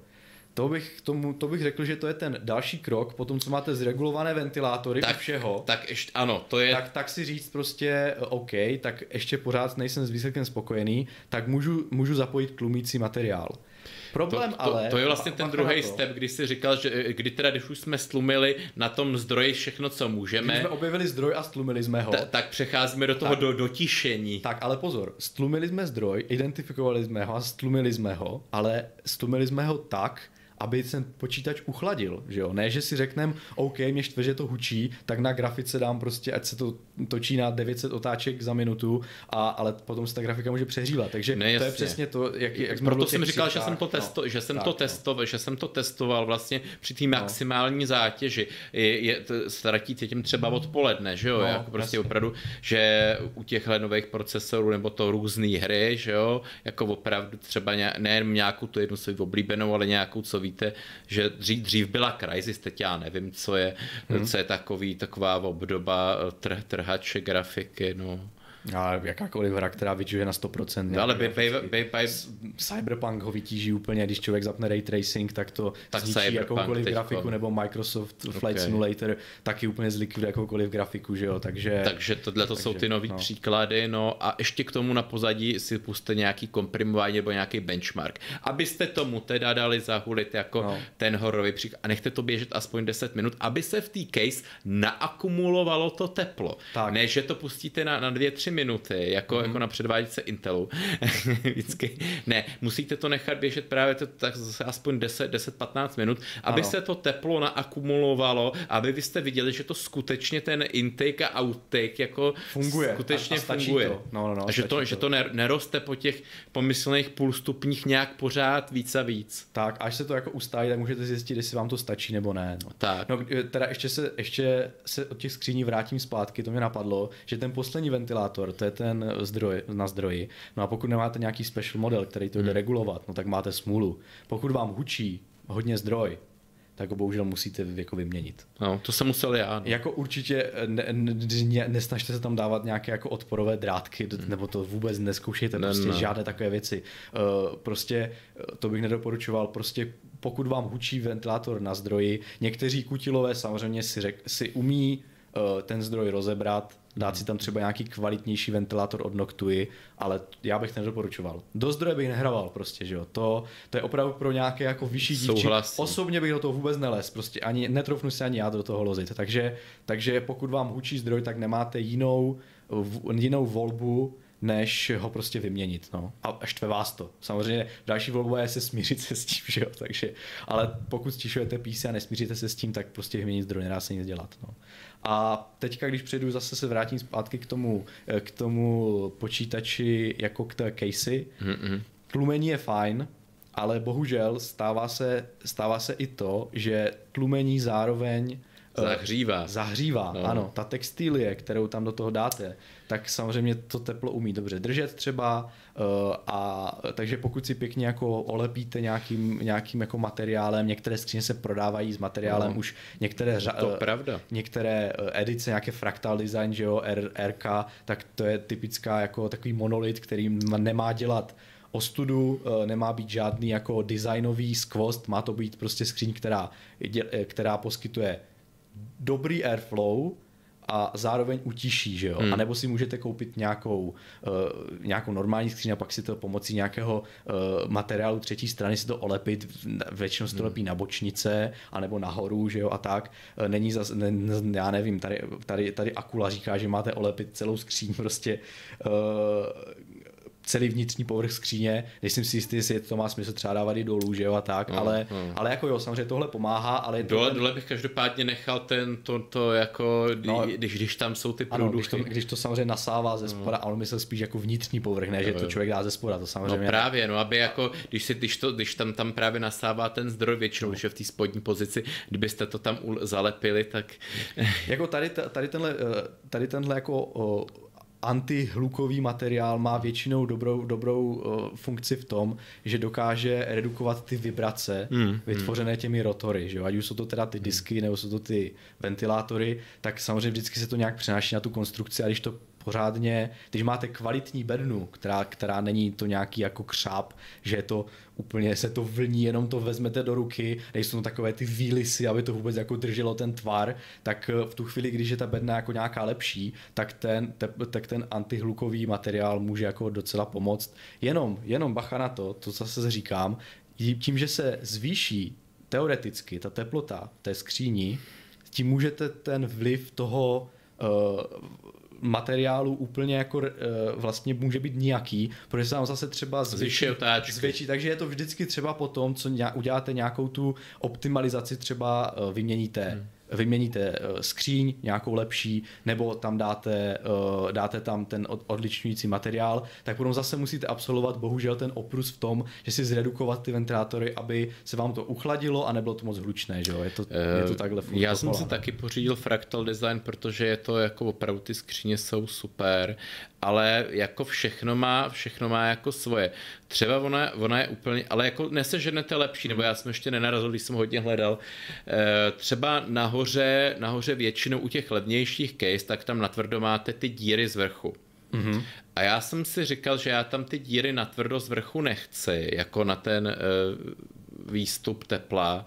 To bych řekl, že to je ten další krok, potom co máte zregulované ventilátory u všeho. Tak ještě, ano, to je... Tak si říct prostě OK, tak ještě pořád nejsem s výsledkem spokojený, tak můžu zapojit tlumící materiál. Problém to je vlastně ten druhý step, kdy jsi říkal, že když už jsme stlumili na tom zdroji všechno, co můžeme. Když jsme objevili zdroj a stlumili jsme ho. Tak přecházíme do toho dotišení. Tak, ale pozor, stlumili jsme zdroj, identifikovali jsme ho a stlumili jsme ho, ale stlumili jsme ho tak, aby ten počítač uchladil, že jo? Ne, že si řekneme, OK, mě štve, že to hučí, tak na grafice dám prostě, ať se to točí na 900 otáček za minutu, ale potom se ta grafika může přehřívat. Takže to je přesně to, jak jsme proto jsem říkal, že jsem to testoval vlastně při té maximální zátěži. Ztratí se tím třeba odpoledne, že jo? Jako prostě opravdu, že u těchhle nových procesorů nebo to různé hry, že jo? Jako opravdu třeba nejen nějakou tu jednu svou oblíbenou, ale nějakou, co víte, že dřív byla Crysis, teď já nevím, co je taková obdoba trhače grafiky, no. A jakákoliv hra, která vytěžuje na 100%. No, ale Cyberpunk ho vytíží úplně, když člověk zapne ray tracing, tak to zničí jakoukoliv grafiku, nebo Microsoft Flight Simulator taky úplně zlikviduje jakoukoliv grafiku, že jo, takže tohle jsou ty nový příklady, no a ještě k tomu na pozadí si puste nějaký komprimování nebo nějaký benchmark, abyste tomu teda dali zahulit jako ten hororový příklad a nechte to běžet aspoň 10 minut, aby se v té case naakumulovalo to teplo. Tak. Ne, že to pustíte na 2-3 minuty, jako na předváděčce Intelu. Vždycky. Ne, musíte to nechat běžet právě tak zase aspoň 10-15 minut, aby se to teplo naakumulovalo, aby vy jste viděli, že to skutečně ten intake a outtake jako funguje. Skutečně funguje. To. A že to neroste po těch pomyslných půl stupních nějak pořád víc a víc. Tak, až se to jako ustájí, tak můžete zjistit, jestli vám to stačí nebo ne. No. Tak. No, teda ještě se od těch skříní vrátím zpátky, to mě napadlo, že ten poslední ventilátor, to je ten zdroj na zdroji. No a pokud nemáte nějaký special model, který to jde regulovat, no tak máte smůlu. Pokud vám hučí hodně zdroj, tak ho bohužel musíte jako vyměnit. No, to jsem musel já. No. Jako určitě nesnažte se tam dávat nějaké jako odporové drátky, nebo to vůbec neskoušejte, žádné takové věci. Prostě to bych nedoporučoval, prostě pokud vám hučí ventilátor na zdroji, někteří kutilové samozřejmě si umí ten zdroj rozebrat, dát si tam třeba nějaký kvalitnější ventilátor od Noctui, ale já bych nedoporučoval. Do zdroje bych nehrával prostě, že jo. To je opravdu pro nějaké jako vyšší dívčí. Osobně bych do toho vůbec nelez, prostě netroufnu si ani já do toho lozit. Takže pokud vám hučí zdroj, tak nemáte jinou volbu, než ho prostě vyměnit, no. A štve vás to. Samozřejmě další volba je se smířit se s tím, že jo, takže, ale pokud stišujete PC a nesmíříte se s tím, tak prostě vyměnit zdroj, nedá se nic dělat, no. A teďka, když přejdu, zase se vrátím zpátky k tomu počítači jako k té casey. Tlumení je fajn, ale bohužel stává se i to, že tlumení zároveň Zahřívá, no. Ano. Ta textilie, kterou tam do toho dáte, tak samozřejmě to teplo umí dobře držet třeba takže pokud si pěkně jako olepíte nějakým jako materiálem, některé skříně se prodávají s materiálem už některé edice, nějaké Fractal Design, že jo, RK, tak to je typická jako takový monolit, který nemá dělat ostudu, nemá být žádný jako designový skvost, má to být prostě skříň, která poskytuje dobrý airflow a zároveň utiší, že jo. A nebo si můžete koupit nějakou normální skříň a pak si to pomocí nějakého materiálu třetí strany si to olepit, většinou se to lepí na bočnice, anebo nahoru, že jo, a tak. Já nevím, tady Akula říká, že máte olepit celou skříň prostě celý vnitřní povrch skříně, nejsem si jistý, jestli to má smysl třeba dávat i dolů, že jo, a tak, ale jako jo, samozřejmě tohle pomáhá, ale je to dole bych každopádně nechal to jako, když tam jsou ty průduchy. Ano, když to samozřejmě nasává ze spoda, ale myslel spíš jako vnitřní povrch, ne, že to člověk dá ze spoda, to samozřejmě. No právě, no aby jako, když tam právě nasává ten zdroj většinou, že v té spodní pozici, kdybyste to tam zalepili, tak... Jako tady tenhle jako antihlukový materiál má většinou dobrou funkci v tom, že dokáže redukovat ty vibrace vytvořené těmi rotory, že jo? Ať už jsou to teda ty disky, nebo jsou to ty ventilátory, tak samozřejmě vždycky se to nějak přenáší na tu konstrukci a když to pořádně, když máte kvalitní bednu, která není to nějaký jako křáp, že je to úplně se to vlní, jenom to vezmete do ruky, nejsou to takové ty výlisy, aby to vůbec jako drželo ten tvar, tak v tu chvíli, když je ta bedna jako nějaká lepší, tak ten antihlukový materiál může jako docela pomoct. Jenom bacha na to zase říkám, tím, že se zvýší teoreticky ta teplota té skříni, tím můžete ten vliv toho materiálu úplně jako vlastně může být nijaký, protože se vám zase třeba zvětší, takže je to vždycky třeba po tom, co uděláte nějakou tu optimalizaci, třeba vyměníte skříň, nějakou lepší, nebo tam dáte tam ten odličňující materiál, tak potom zase musíte absolvovat bohužel ten oprus v tom, že si zredukovat ty ventilátory, aby se vám to uchladilo a nebylo to moc hlučné, že jo? Je to takhle furt. Já jsem si taky pořídil Fractal Design, protože je to jako opravdu ty skříně jsou super, ale jako všechno má jako svoje. Třeba ona je úplně, ale jako neseženete lepší, nebo já jsem ještě nenarazil, když jsem hodně hledal. Třeba nahoře většinou u těch levnějších case, tak tam natvrdo máte ty díry z vrchu. Mm-hmm. A já jsem si říkal, že já tam ty díry natvrdo z vrchu nechci, jako na ten výstup tepla,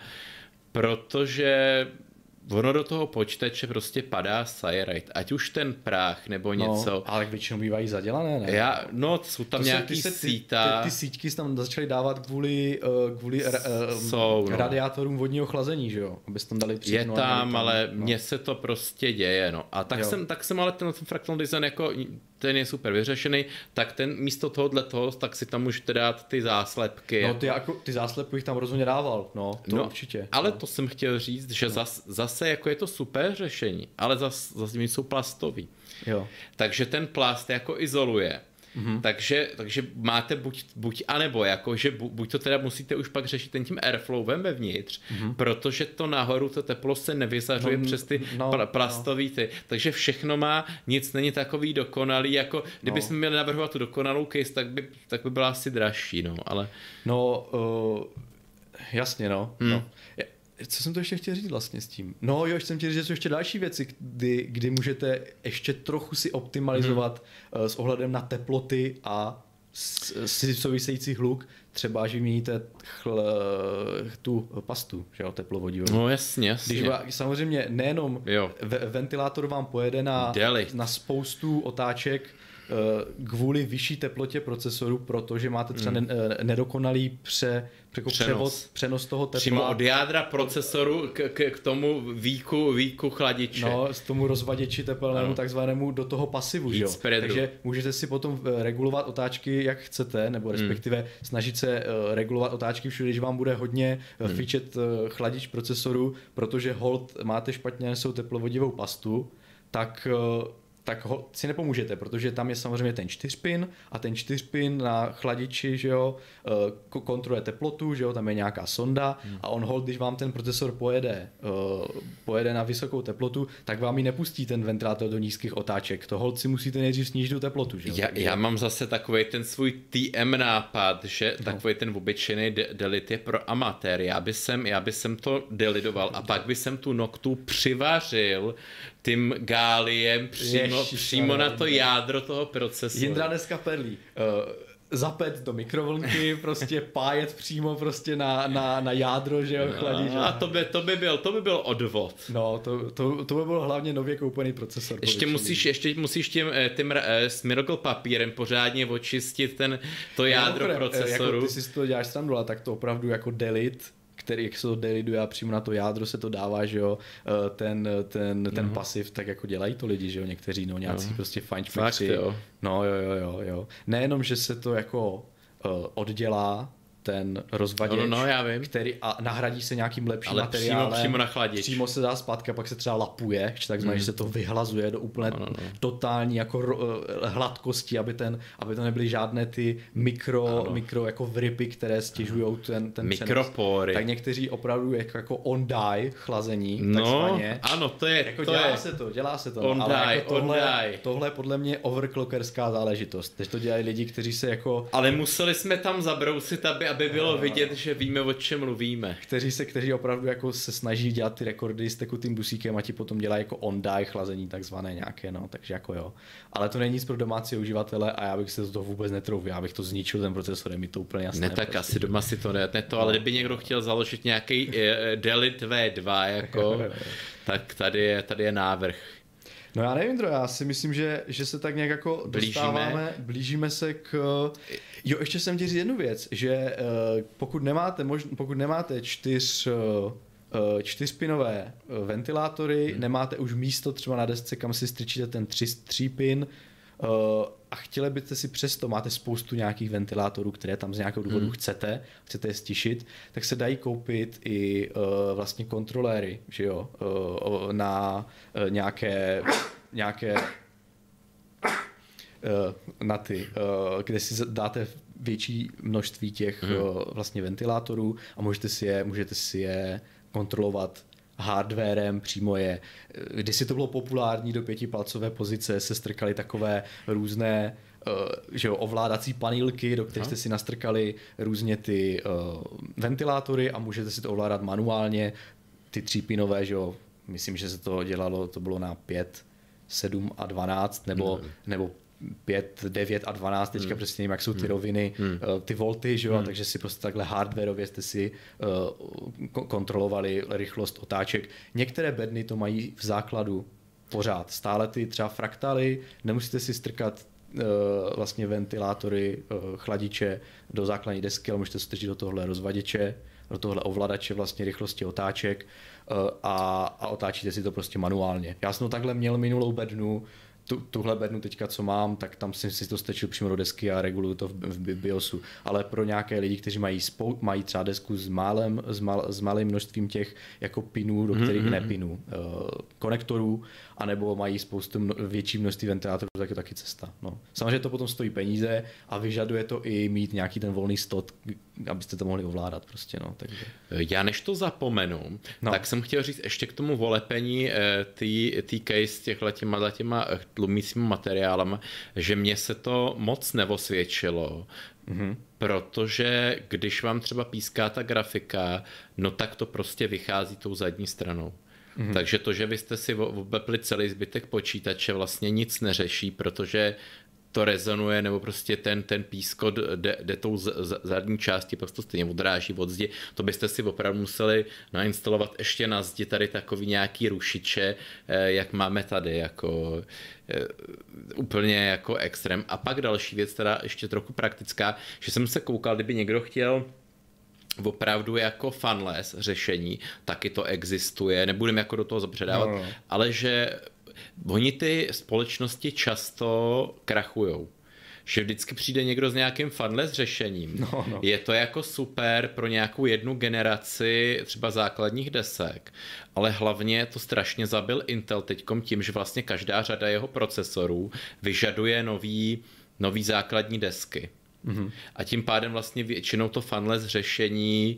protože ono do toho počítače prostě padá Cyrite, ať už ten práh nebo něco. No, ale většinou bývají zadělané, ne? Jsou tam nějaký síta. Ty síťky se tam začaly dávat kvůli radiátorům vodního chlazení, že jo? Abys tam dali je tam, ale mně se to prostě děje, no. A tak jsem ale ten Fractal Design jako ten je super vyřešený, tak ten místo tohoto, tak si tam můžete dát ty záslepky. No ty záslepky bych tam rozhodně dával, to určitě. Ale to jsem chtěl říct, že zase jako je to super řešení, ale zase jsou plastový. Jo. Takže ten plast jako izoluje. Mm-hmm. Takže máte buď anebo, jako, že buď to teda musíte už pak řešit tím airflowem vevnitř, protože to nahoru, to teplo se nevyzařuje přes ty plastový ty. Takže všechno má, nic není takový dokonalý, jako kdybychom měli navrhovat tu dokonalou case, tak by byla asi dražší, ale... Jasně, Co jsem to ještě chtěl říct vlastně s tím? Jsem chtěl říct, že jsou ještě další věci, kdy můžete ještě trochu si optimalizovat s ohledem na teploty a související hluk, třeba že vyměníte tu pastu, že jo, teplovodivou. No jasně. Samozřejmě nejenom ventilátor vám pojede na spoustu otáček kvůli vyšší teplotě procesoru, protože máte třeba nedokonalý přenos toho tepla. Přímo od jádra procesoru k tomu víku chladiče. Z tomu rozvaděči tepelnému takzvanému do toho pasivu. Že? Takže můžete si potom regulovat otáčky, jak chcete, nebo respektive snažit se regulovat otáčky všude, když vám bude hodně fičet chladič procesoru, protože hold máte špatně nesou teplovodivou pastu, tak si nepomůžete, protože tam je samozřejmě ten 4-pin a ten 4-pin na chladiči, že jo, kontroluje teplotu, že jo, tam je nějaká sonda a on hold, když vám ten procesor pojede na vysokou teplotu, tak vám ji nepustí ten ventilátor do nízkých otáček. To hold si musíte nejdřív snížit tu teplotu, že jo. Já mám zase takovej ten svůj TM nápad, že takový ten obyčejný delit je pro amatér. Já by jsem to delidoval a pak by jsem tu noktu přivařil tím gáliem přímo na to jádro toho procesoru. Jindra dneska perlí. Zapet do mikrovlnky, prostě pájet přímo prostě na jádro, že jo, chladí. A to by byl odvod. To by byl hlavně nově koupený procesor. Ještě musíš tím Smirgl papírem pořádně očistit to jádro procesoru. Jako ty si to děláš srandu, tak to opravdu jako delit, který jak se to deliduje a přímo na to jádro se to dává, že jo, ten pasiv, tak jako dělají to lidi, že jo, někteří, no, nějací prostě fajn šmekři. No jo. Nejenom, že se to jako oddělá, ten rozvaděč, já vím. který a nahradí se nějakým lepším materiálem. Přímo na chladič. Přímo se dá zpátky a pak se třeba lapuje, takzvaně, že se to vyhlazuje do úplně totální jako hladkosti, aby to nebyly žádné ty mikro jako vrypy, které stěžujou ten mikropory. Tak někteří opravdu jako on-die chlazení, takzvaně. Ano, to je. Jako dělá se to. On-die, jako tohle je podle mě overclockerská záležitost. Takže to dělají lidi, kteří se jako... Ale museli jsme tam zabrousit, aby bylo vidět, že víme, o čem mluvíme. Kteří opravdu jako se snaží dělat ty rekordy s tekutým dusíkem a ti potom dělají jako on-die chlazení takzvané nějaké, no, takže jako jo. Ale to není nic pro domácí uživatele a já bych se to vůbec netroufil, já bych to zničil ten procesor, je mi to úplně jasné. Ne, tak prostě. Asi doma si to ale kdyby někdo chtěl založit nějaký Delit V2, jako, tak tady je návrh. No já nevím, já si myslím, že se tak nějak jako blížíme se k... Jo, ještě jsem ti říct jednu věc, že pokud nemáte čtyřpinové ventilátory, nemáte už místo třeba na desce, kam si strčíte ten 3-pin a chtěli byste si přesto, máte spoustu nějakých ventilátorů, které tam z nějakého důvodu chcete je stišit, tak se dají koupit i vlastně kontroléry, že jo, na nějaké na ty, kde si dáte větší množství těch vlastně ventilátorů a můžete si je kontrolovat hardwarem, přímo je. Kdysi to bylo populární, do 5palcové pozice se strkaly takové různé že jo, ovládací panílky, do kterých jste si nastrkali různě ty ventilátory a můžete si to ovládat manuálně. Ty 3pinové, že jo, myslím, že se to dělalo, to bylo na 5, 7 a 12, nebo 5, 9 a 12, teďka přesně nevím, jak jsou ty roviny, ty volty, že jo, takže si prostě takhle hardwareově jste si kontrolovali rychlost otáček. Některé bedny to mají v základu pořád, stále ty třeba fraktály, nemusíte si strkat vlastně ventilátory, chladiče do základní desky, ale můžete strčit do tohle rozvaděče, do tohle ovladače vlastně rychlosti otáček a otáčíte si to prostě manuálně. Já jsem to takhle měl minulou bednu, tuhle bednu teďka, co mám, tak tam jsem si to strčil přímo do desky a reguluju to v BIOSu. Ale pro nějaké lidi, kteří mají třeba desku s malým množstvím těch jako pinů, do kterých nepinů, konektorů, anebo mají větší množství ventilátorů, tak je taky cesta. No. Samozřejmě to potom stojí peníze a vyžaduje to i mít nějaký ten volný slot, abyste to mohli ovládat prostě, no. Takže. Já než to zapomenu, tak jsem chtěl říct ještě k tomu volepení tý case těma tlumícími materiálama, že mně se to moc neosvědčilo, protože když vám třeba píská ta grafika, no tak to prostě vychází tou zadní stranou. Takže to, že vy jste si obepli celý zbytek počítače, vlastně nic neřeší, protože to rezonuje, nebo prostě ten pískot jde tou zadní části, pak to stejně odráží od zdi. To byste si opravdu museli nainstalovat ještě na zdi tady takový nějaký rušiče, jak máme tady, jako úplně jako extrém. A pak další věc, teda ještě trochu praktická, že jsem se koukal, kdyby někdo chtěl opravdu jako fanless řešení, taky to existuje, nebudeme jako do toho zapředávat, ale že oni ty společnosti často krachujou. Že vždycky přijde někdo s nějakým fanless řešením. Je to jako super pro nějakou jednu generaci třeba základních desek, ale hlavně to strašně zabil Intel teďkom tím, že vlastně každá řada jeho procesorů vyžaduje nový základní desky. A tím pádem vlastně většinou to fanless řešení,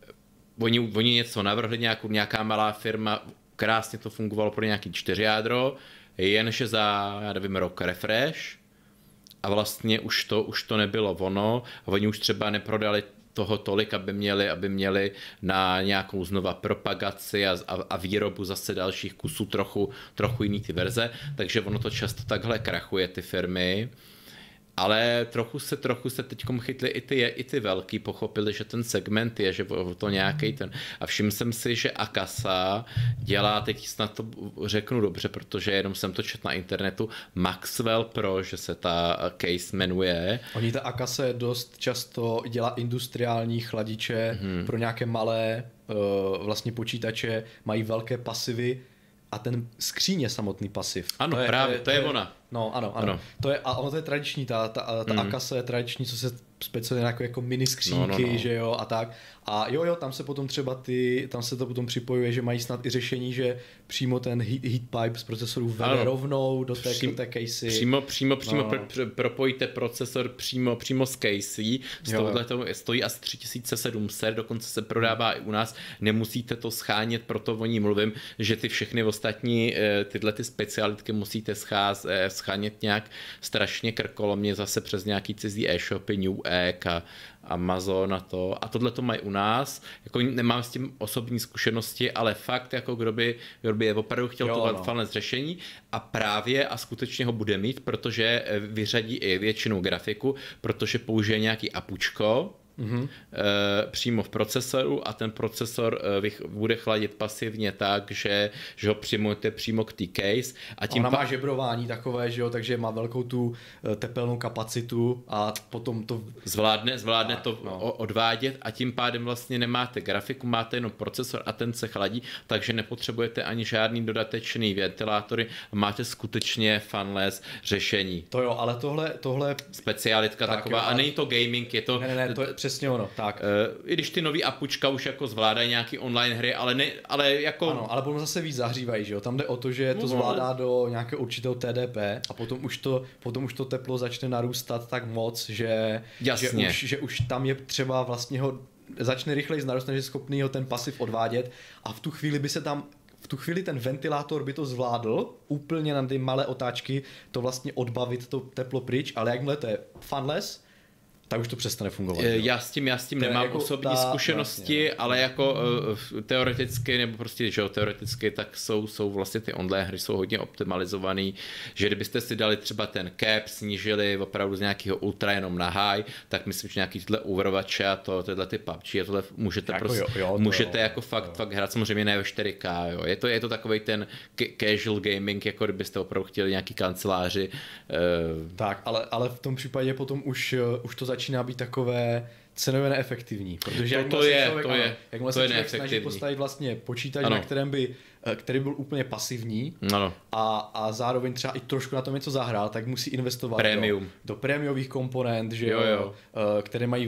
oni něco navrhli, nějaká malá firma, krásně to fungovalo pro nějaký 4 jádro, jenže za, já nevím, rok refresh a vlastně už to nebylo ono a oni už třeba neprodali toho tolik, aby měli na nějakou znova propagaci a výrobu zase dalších kusů trochu jiný ty verze, takže ono to často takhle krachuje ty firmy. ale trochu se teďkom chytli i ty velký, pochopili, že ten segment je, že to nějaký ten. A všiml jsem si, že Akasa dělá, teď snad to řeknu dobře, protože jenom jsem to četl na internetu, Maxwell Pro, že se ta case jmenuje. Oni ta Akasa dost často dělá industriální chladiče pro nějaké malé vlastně počítače, mají velké pasivy a ten skříň samotný pasiv. Ano, to je ona. No, ano. Ono to je tradiční, ta Akasa je tradiční, co se speciálně jako mini skřínky, že jo, a tak. A jo, tam se potom třeba tam se to potom připojuje, že mají snad i řešení, že přímo ten heat pipe z procesoru vede rovnou do té casey. Přímo propojíte procesor přímo z casey. To stojí asi 3700, dokonce se prodává i u nás. Nemusíte to schánět, proto o ní mluvím, že ty všechny ostatní tyhle ty specialitky musíte schánět nějak strašně krkolomně zase přes nějaký cizí e-shopy, Newegg a Amazon a to. A tohle to mají u nás. Jako nemám s tím osobní zkušenosti, ale fakt, jako kdo by je opravdu chtěl to fanless řešení a právě a skutečně ho bude mít, protože vyřadí i většinou grafiku, protože použije nějaký apučko, přímo v procesoru a ten procesor bude chladit pasivně tak, že ho přimujete přímo k té case. A tím ona má žebrování takové, že jo, takže má velkou tu tepelnou kapacitu a potom to zvládne to odvádět a tím pádem vlastně nemáte grafiku, máte jenom procesor a ten se chladí, takže nepotřebujete ani žádný dodatečný ventilátory, máte skutečně fanless řešení. To jo, ale tohle specialitka tak taková, a není to gaming, je to... Ne, to je přesně ono, tak. I když ty nový apučka už jako zvládají nějaký online hry, ale jako... Ano, ale potom zase víc zahřívají, že jo, tam jde o to, že to zvládá do nějakého určitého TDP a potom už to teplo začne narůstat tak moc, že už tam je třeba vlastně začne rychleji narůst, než je schopný ho ten pasiv odvádět a v tu chvíli ten ventilátor by to zvládl úplně na ty malé otáčky to vlastně odbavit to teplo pryč, ale jakmile to je fanless, tak už to přestane fungovat. Já s tím nemám jako osobní zkušenosti, vlastně, ale jako teoreticky, nebo prostě, že teoreticky, tak jsou vlastně ty online hry jsou hodně optimalizovaný, že kdybyste si dali třeba ten cap, snížili opravdu z nějakého ultra jenom na high, tak myslím, že nějaký tyhle Overwatche a tyhle ty PUBG a tohle můžete jako můžete jako fakt hrát, samozřejmě ne ve 4K, jo. Je to takovej ten casual gaming, jako kdybyste opravdu chtěli nějaký kanceláři. Tak, ale v tom případě potom už to začíná být takové cenově neefektivní, protože jakmile se člověk snaží postavit vlastně počítač, na který byl úplně pasivní a zároveň třeba i trošku na tom něco zahrál, tak musí investovat do prémiových komponent, že jo, které mají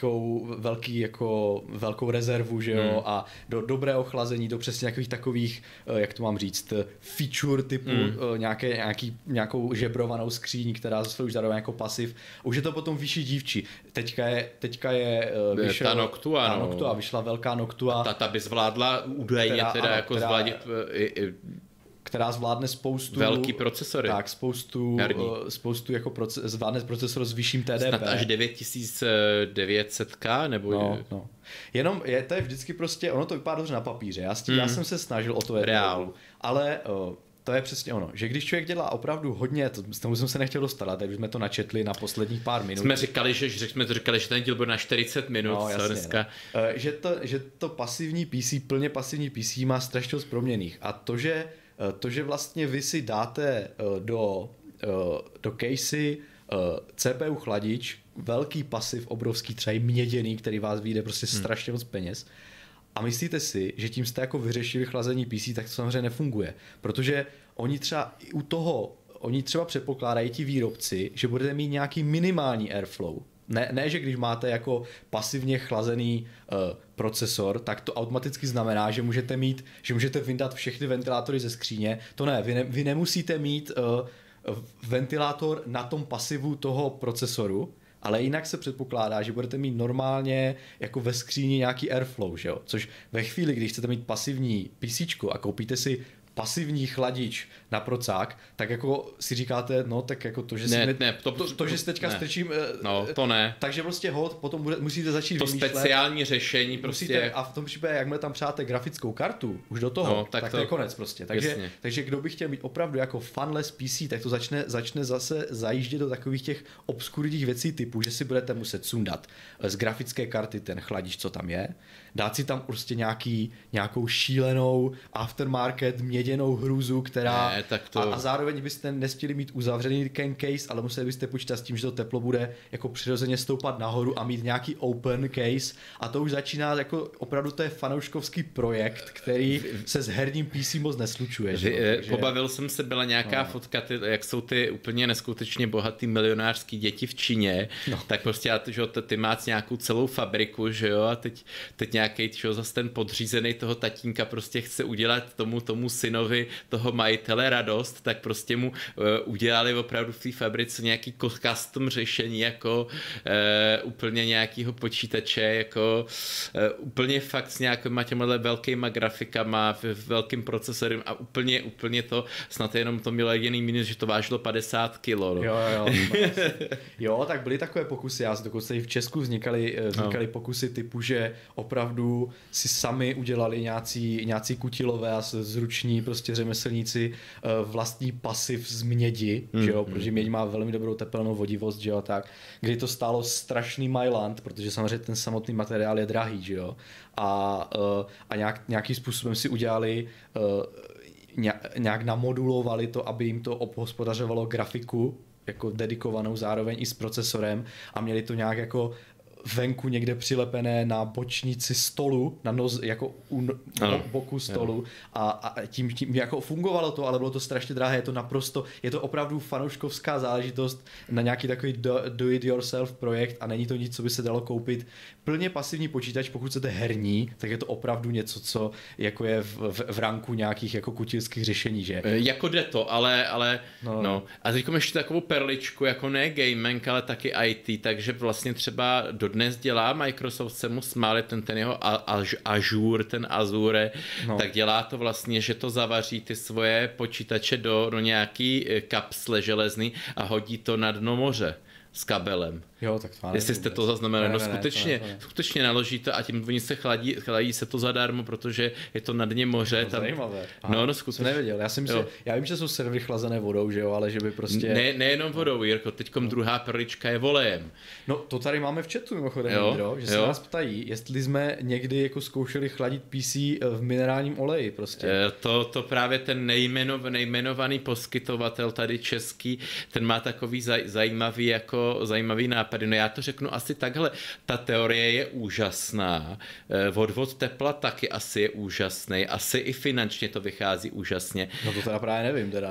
velkou rezervu, že jo, a do dobrého chlazení, do přesně takových, jak to mám říct, feature typu nějakou žebrovanou skříň, ta pasiv. Už je to potom vyšší dívčí. Teďka je ta Noctua, vyšla velká Noctua. Ta by zvládla údajně zvládit která zvládne spoustu velký procesory. Tak, spoustu jako zvládne procesor s vyšším TDP. Snad až 9900K nebo no. Jenom to je vždycky prostě, ono to vypadá dobře na papíře. Já jsem se snažil o to reál, ale to je přesně ono, že když člověk dělá opravdu hodně, tomu jsem se nechtěl dostat, takže jsme to načetli na posledních pár minut. Jsme říkali, že ten díl bude na 40 minut. No, jasně, dneska. No. Že to pasivní PC, plně pasivní PC má strašně moc proměnných. A to, že vlastně vy si dáte do casey CPU chladič, velký pasiv, obrovský, třeba i měděný, který vás vyjde prostě strašně moc peněz. A myslíte si, že tím jste jako vyřešili chlazení PC, tak to samozřejmě nefunguje. Protože oni třeba předpokládají ti výrobci, že budete mít nějaký minimální airflow. Ne, že když máte jako pasivně chlazený procesor, tak to automaticky znamená, že můžete vyndat všechny ventilátory ze skříně. To ne, vy nemusíte mít ventilátor na tom pasivu toho procesoru, ale jinak se předpokládá, že budete mít normálně jako ve skříni nějaký airflow, že jo? Což ve chvíli, když chcete mít pasivní PCčko a koupíte si pasivní chladič na procák, tak jako si říkáte, no tak jako to, že si že si teďka strčím, no to ne. Takže prostě potom musíte začít to vymýšlet. speciální řešení prostě. A v tom případě, jakmile tam přáte grafickou kartu, už do toho, no, tak to je konec prostě. Takže kdo by chtěl mít opravdu jako fanless PC, tak to začne zase zajíždět do takových těch obskurních věcí typu, že si budete muset sundat z grafické karty ten chladič, co tam je, dát si tam prostě nějakou šílenou aftermarket měděnou hruzu, která a zároveň byste nestihli mít uzavřený ten case, ale museli byste počítat s tím, že to teplo bude jako přirozeně stoupat nahoru a mít nějaký open case a to už začíná jako opravdu to je fanouškovský projekt, který se s herním PC moc neslučuje. Pobavil jsem se, byla nějaká fotka, jak jsou ty úplně neskutečně bohatý milionářský děti v Číně, tak prostě ty máš nějakou celou fabriku, že jo, a teď nějaký zase ten podřízený toho tatínka prostě chce udělat tomu synovi toho majitele radost, tak prostě mu udělali opravdu v té fabrice nějaký custom řešení jako úplně nějakýho počítače, jako úplně fakt s nějakýma těmhle velkýma grafikama, velkým procesorem a úplně to, snad jenom to mělo jediný minus, že to vážilo 50 kilo. No. Jo, tak byly takové pokusy, dokonce i v Česku vznikaly pokusy typu, že opravdu si sami udělali nějací kutilové a zruční prostě řemeslníci vlastní pasiv z mědi, že jo, protože měď má velmi dobrou tepelnou vodivost, že jo, tak, kdy to stálo strašný majlant, protože samozřejmě ten samotný materiál je drahý, že jo, a nějakým způsobem si udělali nějak namodulovali to, aby jim to obhospodařovalo grafiku, jako dedikovanou zároveň i s procesorem a měli to nějak jako venku někde přilepené na bočnici stolu, na jako u boku stolu a tím jako fungovalo to, ale bylo to strašně drahé, je to opravdu fanouškovská záležitost na nějaký takový do it yourself projekt a není to nic, co by se dalo koupit. Plně pasivní počítač, pokud chcete herní, tak je to opravdu něco, co jako je v ranku nějakých jako kutilských řešení, že? Jako jde to, ale no. A teď ještě takovou perličku, jako ne gaming, ale taky IT, takže vlastně třeba dodnes dělá Microsoft, se mu smáli ten jeho Azure, ten Azure, tak dělá to vlastně, že to zavaří ty svoje počítače do nějaký kapsle železný a hodí to na dno moře s kabelem. Jo, tak to jestli jste to zaznamenali, skutečně naloží to a tím oni se chladí se to zadarmo, protože je to na dně moře. To zajímavé. No, skutečně. Nevěděl. Já vím, že jsou servery chlazené vodou, že jo, ale že by prostě... Nejenom vodou, Jirko, teďkom druhá perlička je volejem. No, to tady máme v chatu mimochodem, Jindro, že se nás ptají, jestli jsme někdy jako zkoušeli chladit PC v minerálním oleji prostě. To právě ten nejmenovaný poskytovatel tady český, ten má takový zajímavý nápad. No já to řeknu asi takhle, ta teorie je úžasná, odvod tepla taky asi je úžasný, asi i finančně to vychází úžasně. No to teda právě nevím teda.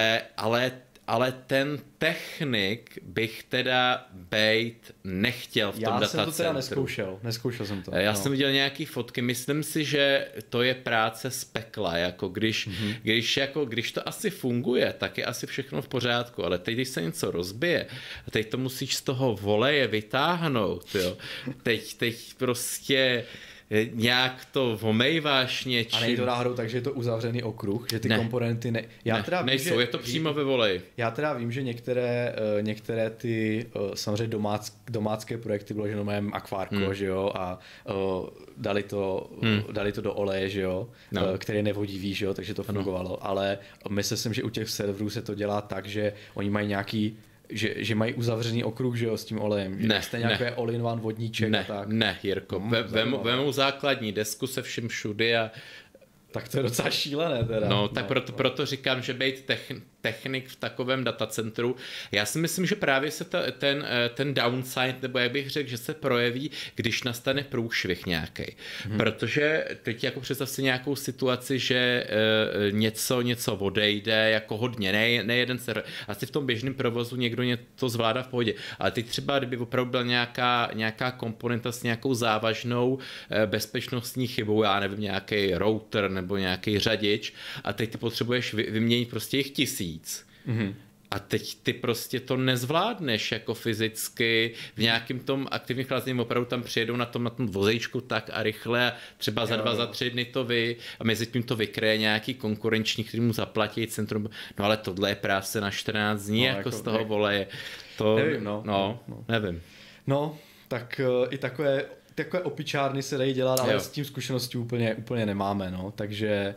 Ale ten technik bych teda bejt nechtěl v tom datacentru. Já jsem to teda neskoušel jsem to. Já jsem viděl nějaký fotky, myslím si, že to je práce z pekla, jako když to asi funguje, tak je asi všechno v pořádku, ale teď, když se něco rozbije, a teď to musíš z toho voleje vytáhnout, jo. Teď prostě nějak to omejváš něčím. A není to náhodou tak, že je to uzavřený okruh, že ty komponenty nejsou, je to přímo ve voleji. Já teda vím, že některé ty samozřejmě domácké projekty bylo, že normálně akvárko, že jo, a dali to do oleje, že jo, který je nevodivý, že jo, takže to fungovalo, ale myslím, že u těch serverů se to dělá tak, že oni mají nějaký že mají uzavřený okruh, že jo, s tím olejem. Stejně nějaké all-in-one vodníček a tak. Ne, Jirko. Vemou základní desku se vším všudy a tak to je docela šílené teda. No, tak proto říkám, že být technik v takovém datacentru, já si myslím, že právě se ten downside, nebo jak bych řekl, že se projeví, když nastane průšvih nějaký. Protože teď jako představ si nějakou situaci, že něco odejde jako hodně, ne jeden server. Asi v tom běžném provozu někdo to zvládá v pohodě. Ale teď třeba, kdyby opravdu byla nějaká komponenta s nějakou závažnou bezpečnostní chybou, já nevím, nějaký router nebo nějaký řadič a teď ty potřebuješ vyměnit prostě jich 1000. A teď ty prostě to nezvládneš jako fyzicky v nějakým tom aktivním chlazení, opravdu tam přijedou na tom vozejčku tak a rychle a třeba za 2, za 3 dny to a mezi tím to vykryje nějaký konkurenční, který mu zaplatí centrum. No ale tohle je práce na 14 dní, jako z toho voleje. To, nevím, nevím. No, tak i takové opičárny se dají dělat, ale s tím zkušeností úplně nemáme, no. Takže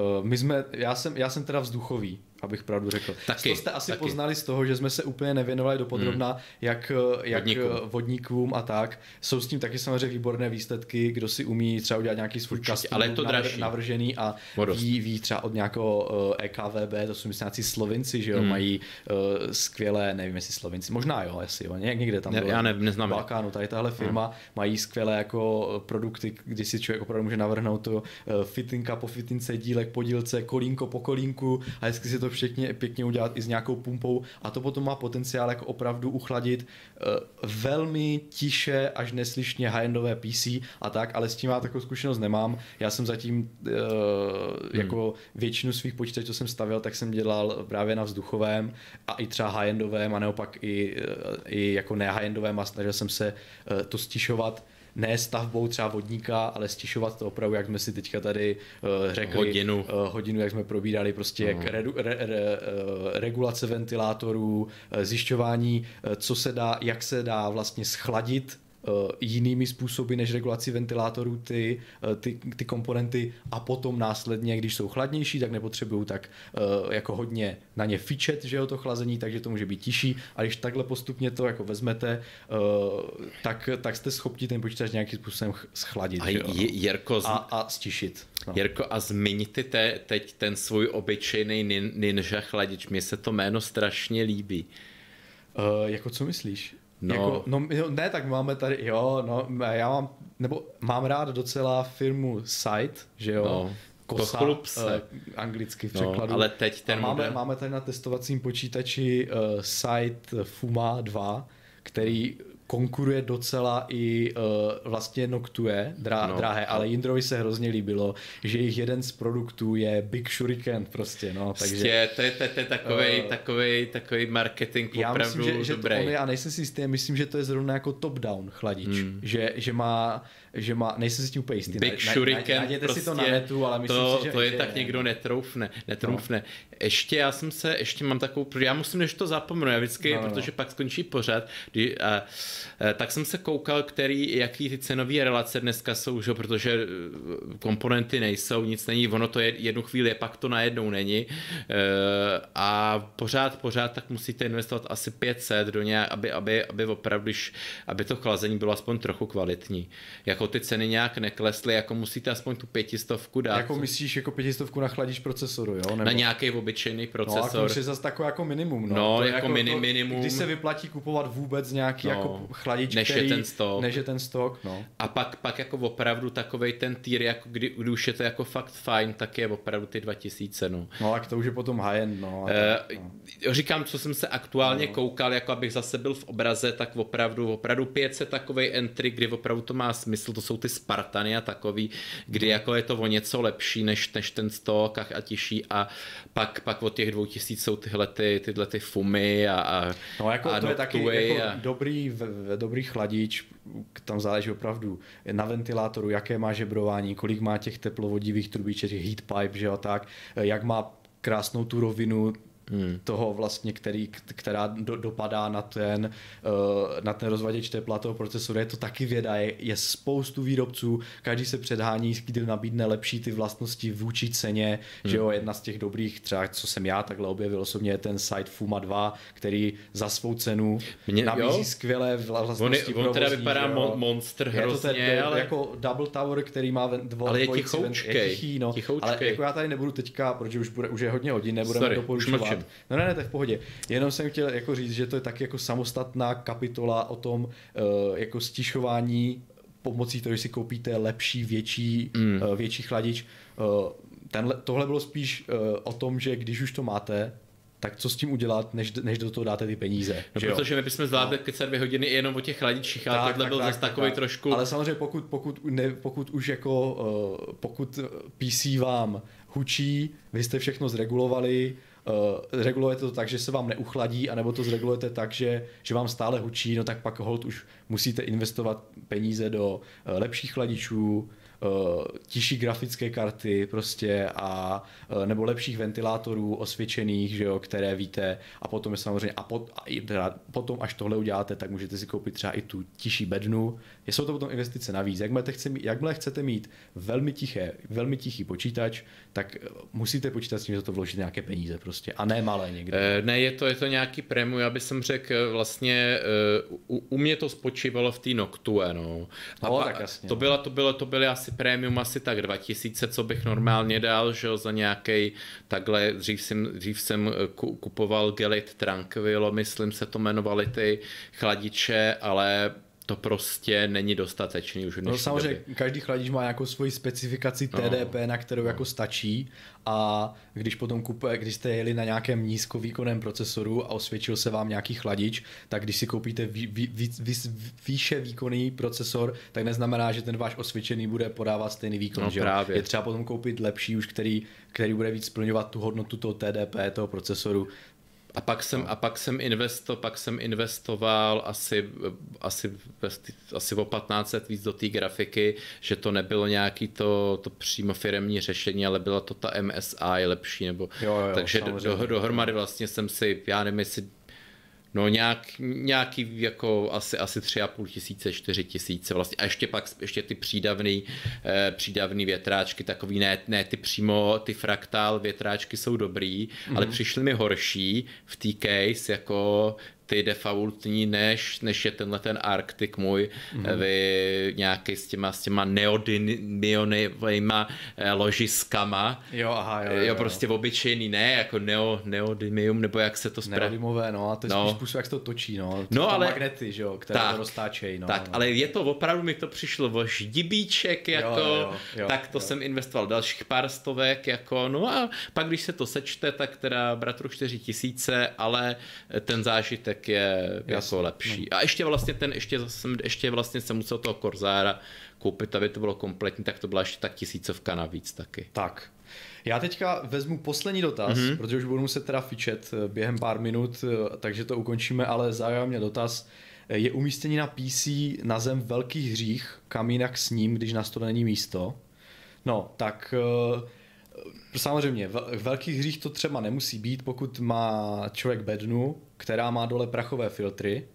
já jsem teda vzduchový, abych pravdu řekl. To jste asi poznali z toho, že jsme se úplně nevěnovali dopodrobna, jak vodníkům a tak. Jsou s tím taky samozřejmě výborné výsledky, kdo si umí třeba udělat nějaký svůj custom navržený a ví třeba od nějakého EKVB, to jsou myslím nějací Slovinci, že jo, mají skvělé, nevím jestli Slovinci, možná jo, asi jo, někde tam já neznám. V Balkánu, tady tahle firma mají skvělé jako produkty, kdy si člověk opravdu může navrhnout to fitinka po fitince, dílek po dílce, kolínko po kolínku a hezky si to pěkně udělat i s nějakou pumpou a to potom má potenciál jako opravdu uchladit velmi tiše až neslyšně high-endové PC a tak, ale s tím já takovou zkušenost nemám. Já jsem zatím jako většinu svých počítačů, co jsem stavěl, tak jsem dělal právě na vzduchovém a i třeba high-endovém a neopak i jako ne high-endovém a snažil jsem se to stišovat ne stavbou třeba vodníka, ale stišovat to opravdu, jak jsme si teďka tady řekli. Hodinu, jak jsme probírali prostě jak regulace ventilátorů, zjišťování, co se dá, jak se dá vlastně schladit jinými způsoby než regulaci ventilátorů ty komponenty a potom následně, když jsou chladnější, tak nepotřebují tak jako hodně na ně fičet, že jo, to chlazení, takže to může být tižší a když takhle postupně to jako vezmete, tak jste schopni ten počítač nějakým způsobem schladit a stišit. No. Jirko, a zmiňte teď ten svůj obyčejný Ninja chladič, mně se to jméno strašně líbí. Jako co myslíš? No. Ne, tak máme tady, já mám rád docela firmu Sight, že jo? No, Kosa, anglicky v překladu. Ale teď máme tady na testovacím počítači Sight Fuma 2, který konkuruje docela i vlastně Noctue, drahé, ale Jindrovi se hrozně líbilo, že jejich jeden z produktů je Big Shuriken prostě, no, takže... To je takový marketing opravdu dobrý. Že to on je, a nejsem si jistý, myslím, že to je zrovna jako top-down chladič, že má, nejsem si tím úplně jistý. Big Shuriken, najděte prostě si to na netu, ale myslím si, že... To je tak někdo netroufne. No. Ještě mám takovou, protože já musím, než to zapomenu, já vždycky, protože pak skončí pořad, tak jsem se koukal, jaký ty cenové relace dneska jsou, že? Protože komponenty nejsou, nic není, ono to je jednu chvíli, pak to najednou není a pořád tak musíte investovat asi 500 do nějak, aby opravdu, aby to chlazení bylo aspoň trochu kvalitní. Jako ty ceny nějak neklesly, jako musíte aspoň tu 500 dát. Jako myslíš jako 500 nachladíš procesoru, jo? Nebo... Na nějaký obyčejný procesor. No, jako je zase takové jako minimum, no. No, to jako minimum. Když se vyplatí kupovat vůbec nějaký jako chladič, než je ten stok, no. A pak jako opravdu takovej ten tier, jako kdy už je to jako fakt fajn, tak je opravdu ty 2000, no. No, tak to už je potom high-end, no. Říkám, co jsem se aktuálně koukal, jako abych zase byl v obraze, tak opravdu 500 takovej entry, kdy opravdu to má smysl, to jsou ty Spartany a takový, kdy jako je to o něco lepší než ten stok a tiší a pak od těch 2000 jsou tyhle ty fumy a no, jako a to je taky jako a... dobrý chladič, tam záleží opravdu na ventilátoru, jaké má žebrování, kolik má těch teplovodivých trubiček, těch heat pipe, že jo, tak, jak má krásnou tu rovinu toho vlastně, která dopadá na ten rozvaděč tepla toho procesoru. Je to taky věda, je spoustu výrobců, každý se předhání, kdy nabídne lepší ty vlastnosti vůči ceně, že jo, jedna z těch dobrých, třeba co jsem já takhle objevil osobně, je ten Sight Fuma 2, který za svou cenu nabízí skvělé vlastnosti on teda vypadá monster hrozně, ale jako Double Tower, který má ale je tichoučkej. Ale jako já tady nebudu teďka, protože už je hodně hodin, nebudeme doporučovat. Ne, to je v pohodě. Jenom jsem chtěl jako říct, že to je taky jako samostatná kapitola o tom jako stišování pomocí toho, že si koupíte lepší, větší chladič. Tohle bylo spíš o tom, že když už to máte, tak co s tím udělat, než do toho dáte ty peníze. No, protože my bychom zvládli kecat 2 hodiny jenom o těch chladičích, ale tohle byl zase takový trošku... Ale samozřejmě pokud už jako, pokud PC vám hučí, vy jste všechno zregulovali regulujete to tak, že se vám neuchladí, anebo to zregulujete tak, že vám stále hučí, no tak pak hold už musíte investovat peníze do lepších chladičů, tižší grafické karty prostě a nebo lepších ventilátorů osvědčených, že jo, které víte, a potom je samozřejmě potom až tohle uděláte, tak můžete si koupit třeba i tu tižší bednu. Jsou to potom investice navíc. Jakmile chcete mít velmi tichý počítač, tak musíte počítat s tím, že to vložit nějaké peníze prostě a ne malé někde. Ne, je to nějaký prémium, já bych řekl vlastně, u mě to spočívalo v té Noctue, no. Tak jasně. To byly asi prémium asi tak 2000, co bych normálně dal, že jo, za nějaký takhle, dřív jsem kupoval Gelit Tranquilo, myslím se to jmenovaly ty chladiče, ale to prostě není dostatečný už v dnešní samozřejmě době. Každý chladič má nějakou svoji specifikaci TDP, na kterou jako stačí, a když potom když jste jeli na nějakém nízkovýkonném procesoru a osvědčil se vám nějaký chladič, tak když si koupíte výše výkonný procesor, tak neznamená, že ten váš osvědčený bude podávat stejný výkon. Že právě. Je třeba potom koupit lepší už, který bude víc splňovat tu hodnotu toho TDP, toho procesoru. A pak jsem investoval asi o 1500 víc do té grafiky, že to nebylo nějaký to přímo firemní řešení, ale byla to ta MSI lepší, nebo takže dohromady vlastně jsem si, já nevím, jestli nějaký jako asi 3500, 4000 vlastně, a ještě ty přídavný větráčky, takový ne ty přímo, ty fraktál větráčky jsou dobrý, ale přišly mi horší v té case, jako ty defaultní, než je tenhle ten Arctic můj, nějaký s těma neodymiovýma ložiskama. Jo, prostě obyčejný, ne, jako neodymium, nebo jak se to neodymové, no, a to je spíš způsob, jak se to točí, ale magnety, že jo, které to roztáčejí, ale je to opravdu, mi to přišlo o ždibíček, jako, tak to jsem investoval dalších pár stovek, jako, no a pak, když se to sečte, tak teda bratru 4000, ale ten zážitek je jako lepší. A ještě vlastně jsem musel toho Corsaira koupit, aby to bylo kompletní, tak to byla ještě tak 1000 navíc taky. Tak. Já teďka vezmu poslední dotaz, protože už budu muset teda fičet během pár minut, takže to ukončíme, ale zajímá mě dotaz. Je umístění na PC na zem velký hřích, kam jinak s ním, když na stole není místo? No, tak samozřejmě, velký hřích to třeba nemusí být, pokud má člověk bednu, která má dole prachové filtry,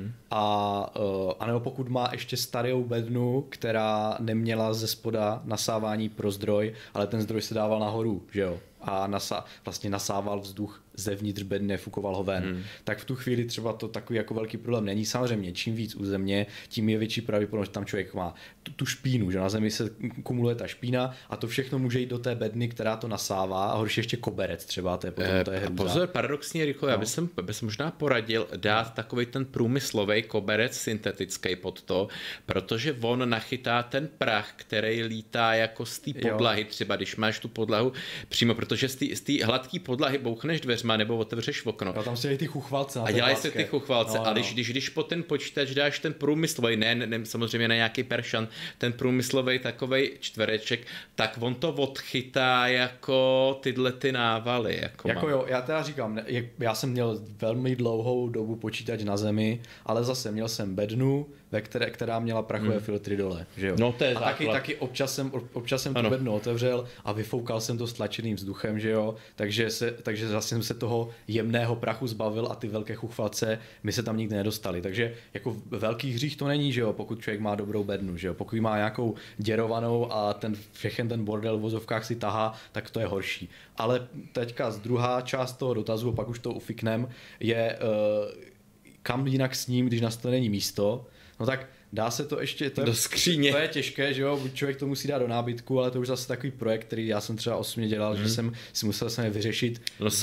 a nebo pokud má ještě starou bednu, která neměla ze spoda nasávání pro zdroj, ale ten zdroj se dával nahoru, že jo? A vlastně nasával vzduch zevnitř bedny, nefukoval ho ven. Tak v tu chvíli třeba to takový jako velký problém není. Samozřejmě, čím víc u země, tím je větší pravděpodobnost, že tam člověk má tu špínu, že na zemi se kumuluje ta špína a to všechno může jít do té bedny, která to nasává, a horší ještě koberec třeba, to je potom to je hrůza. Pozor, paradoxně, Richo, já bych možná poradil dát takovej ten průmyslový koberec syntetický pod to, protože on nachytá ten prach, který lítá jako z té podlahy, třeba když máš tu podlahu přímo, protože z té hladké podlahy bouchneš dveřma nebo otevřeš okno. A tam se dělají ty chuchvalce. A dělají se ty chuchvalce. A když po ten počítač dáš ten průmyslový, ne samozřejmě na nějaký peršan, ten průmyslový takovej čtvereček, tak on to odchytá jako tyhle ty návaly. Jako jo, já teda říkám, já jsem měl velmi dlouhou dobu počítač na zemi, ale zase měl jsem bednu, která měla prachové filtry dole. Že jo? No to je a taky občas jsem tu bednu otevřel a vyfoukal jsem to stlačeným vzduchem, že jo? Takže zase jsem se toho jemného prachu zbavil a ty velké chuchvalce mi se tam nikdy nedostali. Takže jako velký hřích to není, že jo? Pokud člověk má dobrou bednu, že jo? Pokud má nějakou děrovanou a všechen ten bordel v vozovkách si tahá, tak to je horší. Ale teďka druhá část toho dotazu, pak už to ufiknem, je kam jinak s ním, když na to není místo. No tak dá se to ještě... Do skříně. To je těžké, že jo, člověk to musí dát do nábytku, ale to už zase takový projekt, který já jsem třeba osobně dělal, že jsem si musel vyřešit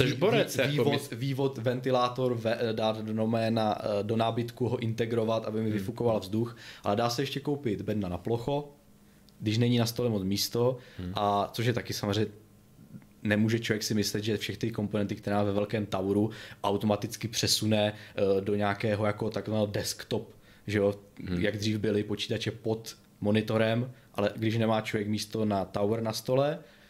vývod ventilátor, dát do nábytku, ho integrovat, aby mi vyfukoval vzduch, ale dá se ještě koupit bedna na plocho, když není na stole moc místo, a což je taky samozřejmě nemůže člověk si myslet, že všechny ty komponenty, které má ve velkém toweru, automaticky přesune do nějakého jako takového desktop, že jo, jak dřív byly počítače pod monitorem, ale když nemá člověk místo na tower na stole,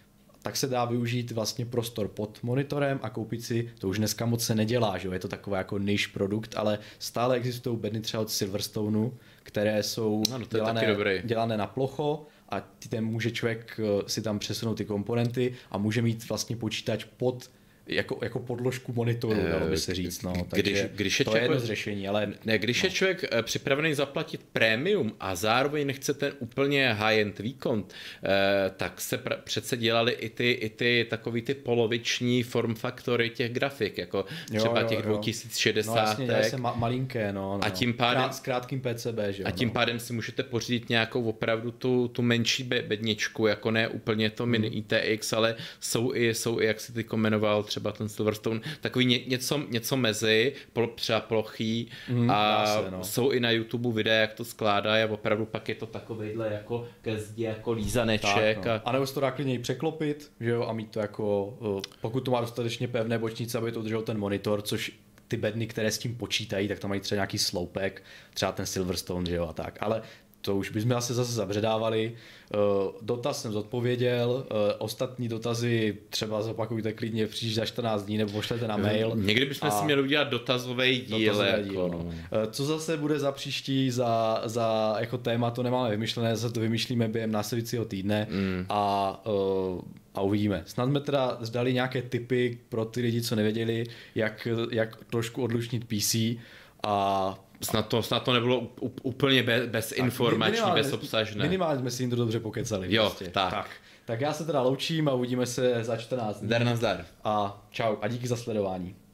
tak se dá využít vlastně prostor pod monitorem a koupit si, to už dneska moc se nedělá, že jo, je to takový jako niche produkt, ale stále existují bedny třeba od Silverstoneu, které jsou dělané na plocho a může člověk si tam přesunout ty komponenty a může mít vlastně počítač pod jako podložku monitoru, dalo by se říct. No. Takže když je to je jedno z řešení, ale... Ne, když je člověk připravený zaplatit prémium a zároveň nechce ten úplně high-end výkon, tak se přece dělali i ty takový ty poloviční form faktory těch grafik, jako třeba těch 2060. No jasně, dělají se malinké, no. A tím pádem... S krátkým PCB, že jo. A tím pádem si můžete pořídit nějakou opravdu tu menší bedničku, jako ne úplně to mini ITX, ale jsou i jak si ty komenoval, třeba ten Silverstone, takový něco mezi, třeba plochý a jsou i na YouTube videa, jak to skládají a opravdu pak je to takovejhle jako ke zdi, jako lízaneček. Tak, no. A nebo se to dá klidně i překlopit, že jo, a mít to jako, pokud to má dostatečně pevné bočnice, aby to udržel ten monitor, což ty bedny, které s tím počítají, tak tam mají třeba nějaký sloupek, třeba ten Silverstone, že jo, a tak, ale to už bychom asi zase zabředávali. Dotaz jsem zodpověděl, ostatní dotazy třeba zopakujte klidně příště za 14 dní nebo pošlete na mail. Někdy bychom si měli udělat dotazový díl. No. Co zase bude za příští, za jako téma, to nemáme vymyšlené, zase to vymýšlíme během následujícího týdne a uvidíme. Snad jsme teda zdali nějaké tipy pro ty lidi, co nevěděli, jak trošku odlučnit PC a Snad to nebylo úplně bezinformační, bezobsažné. Minimálně jsme si jim to dobře pokecali. Jo, prostě. tak. Tak já se teda loučím a uvidíme se za 14 dní. Zdar na zdar. A čau a díky za sledování.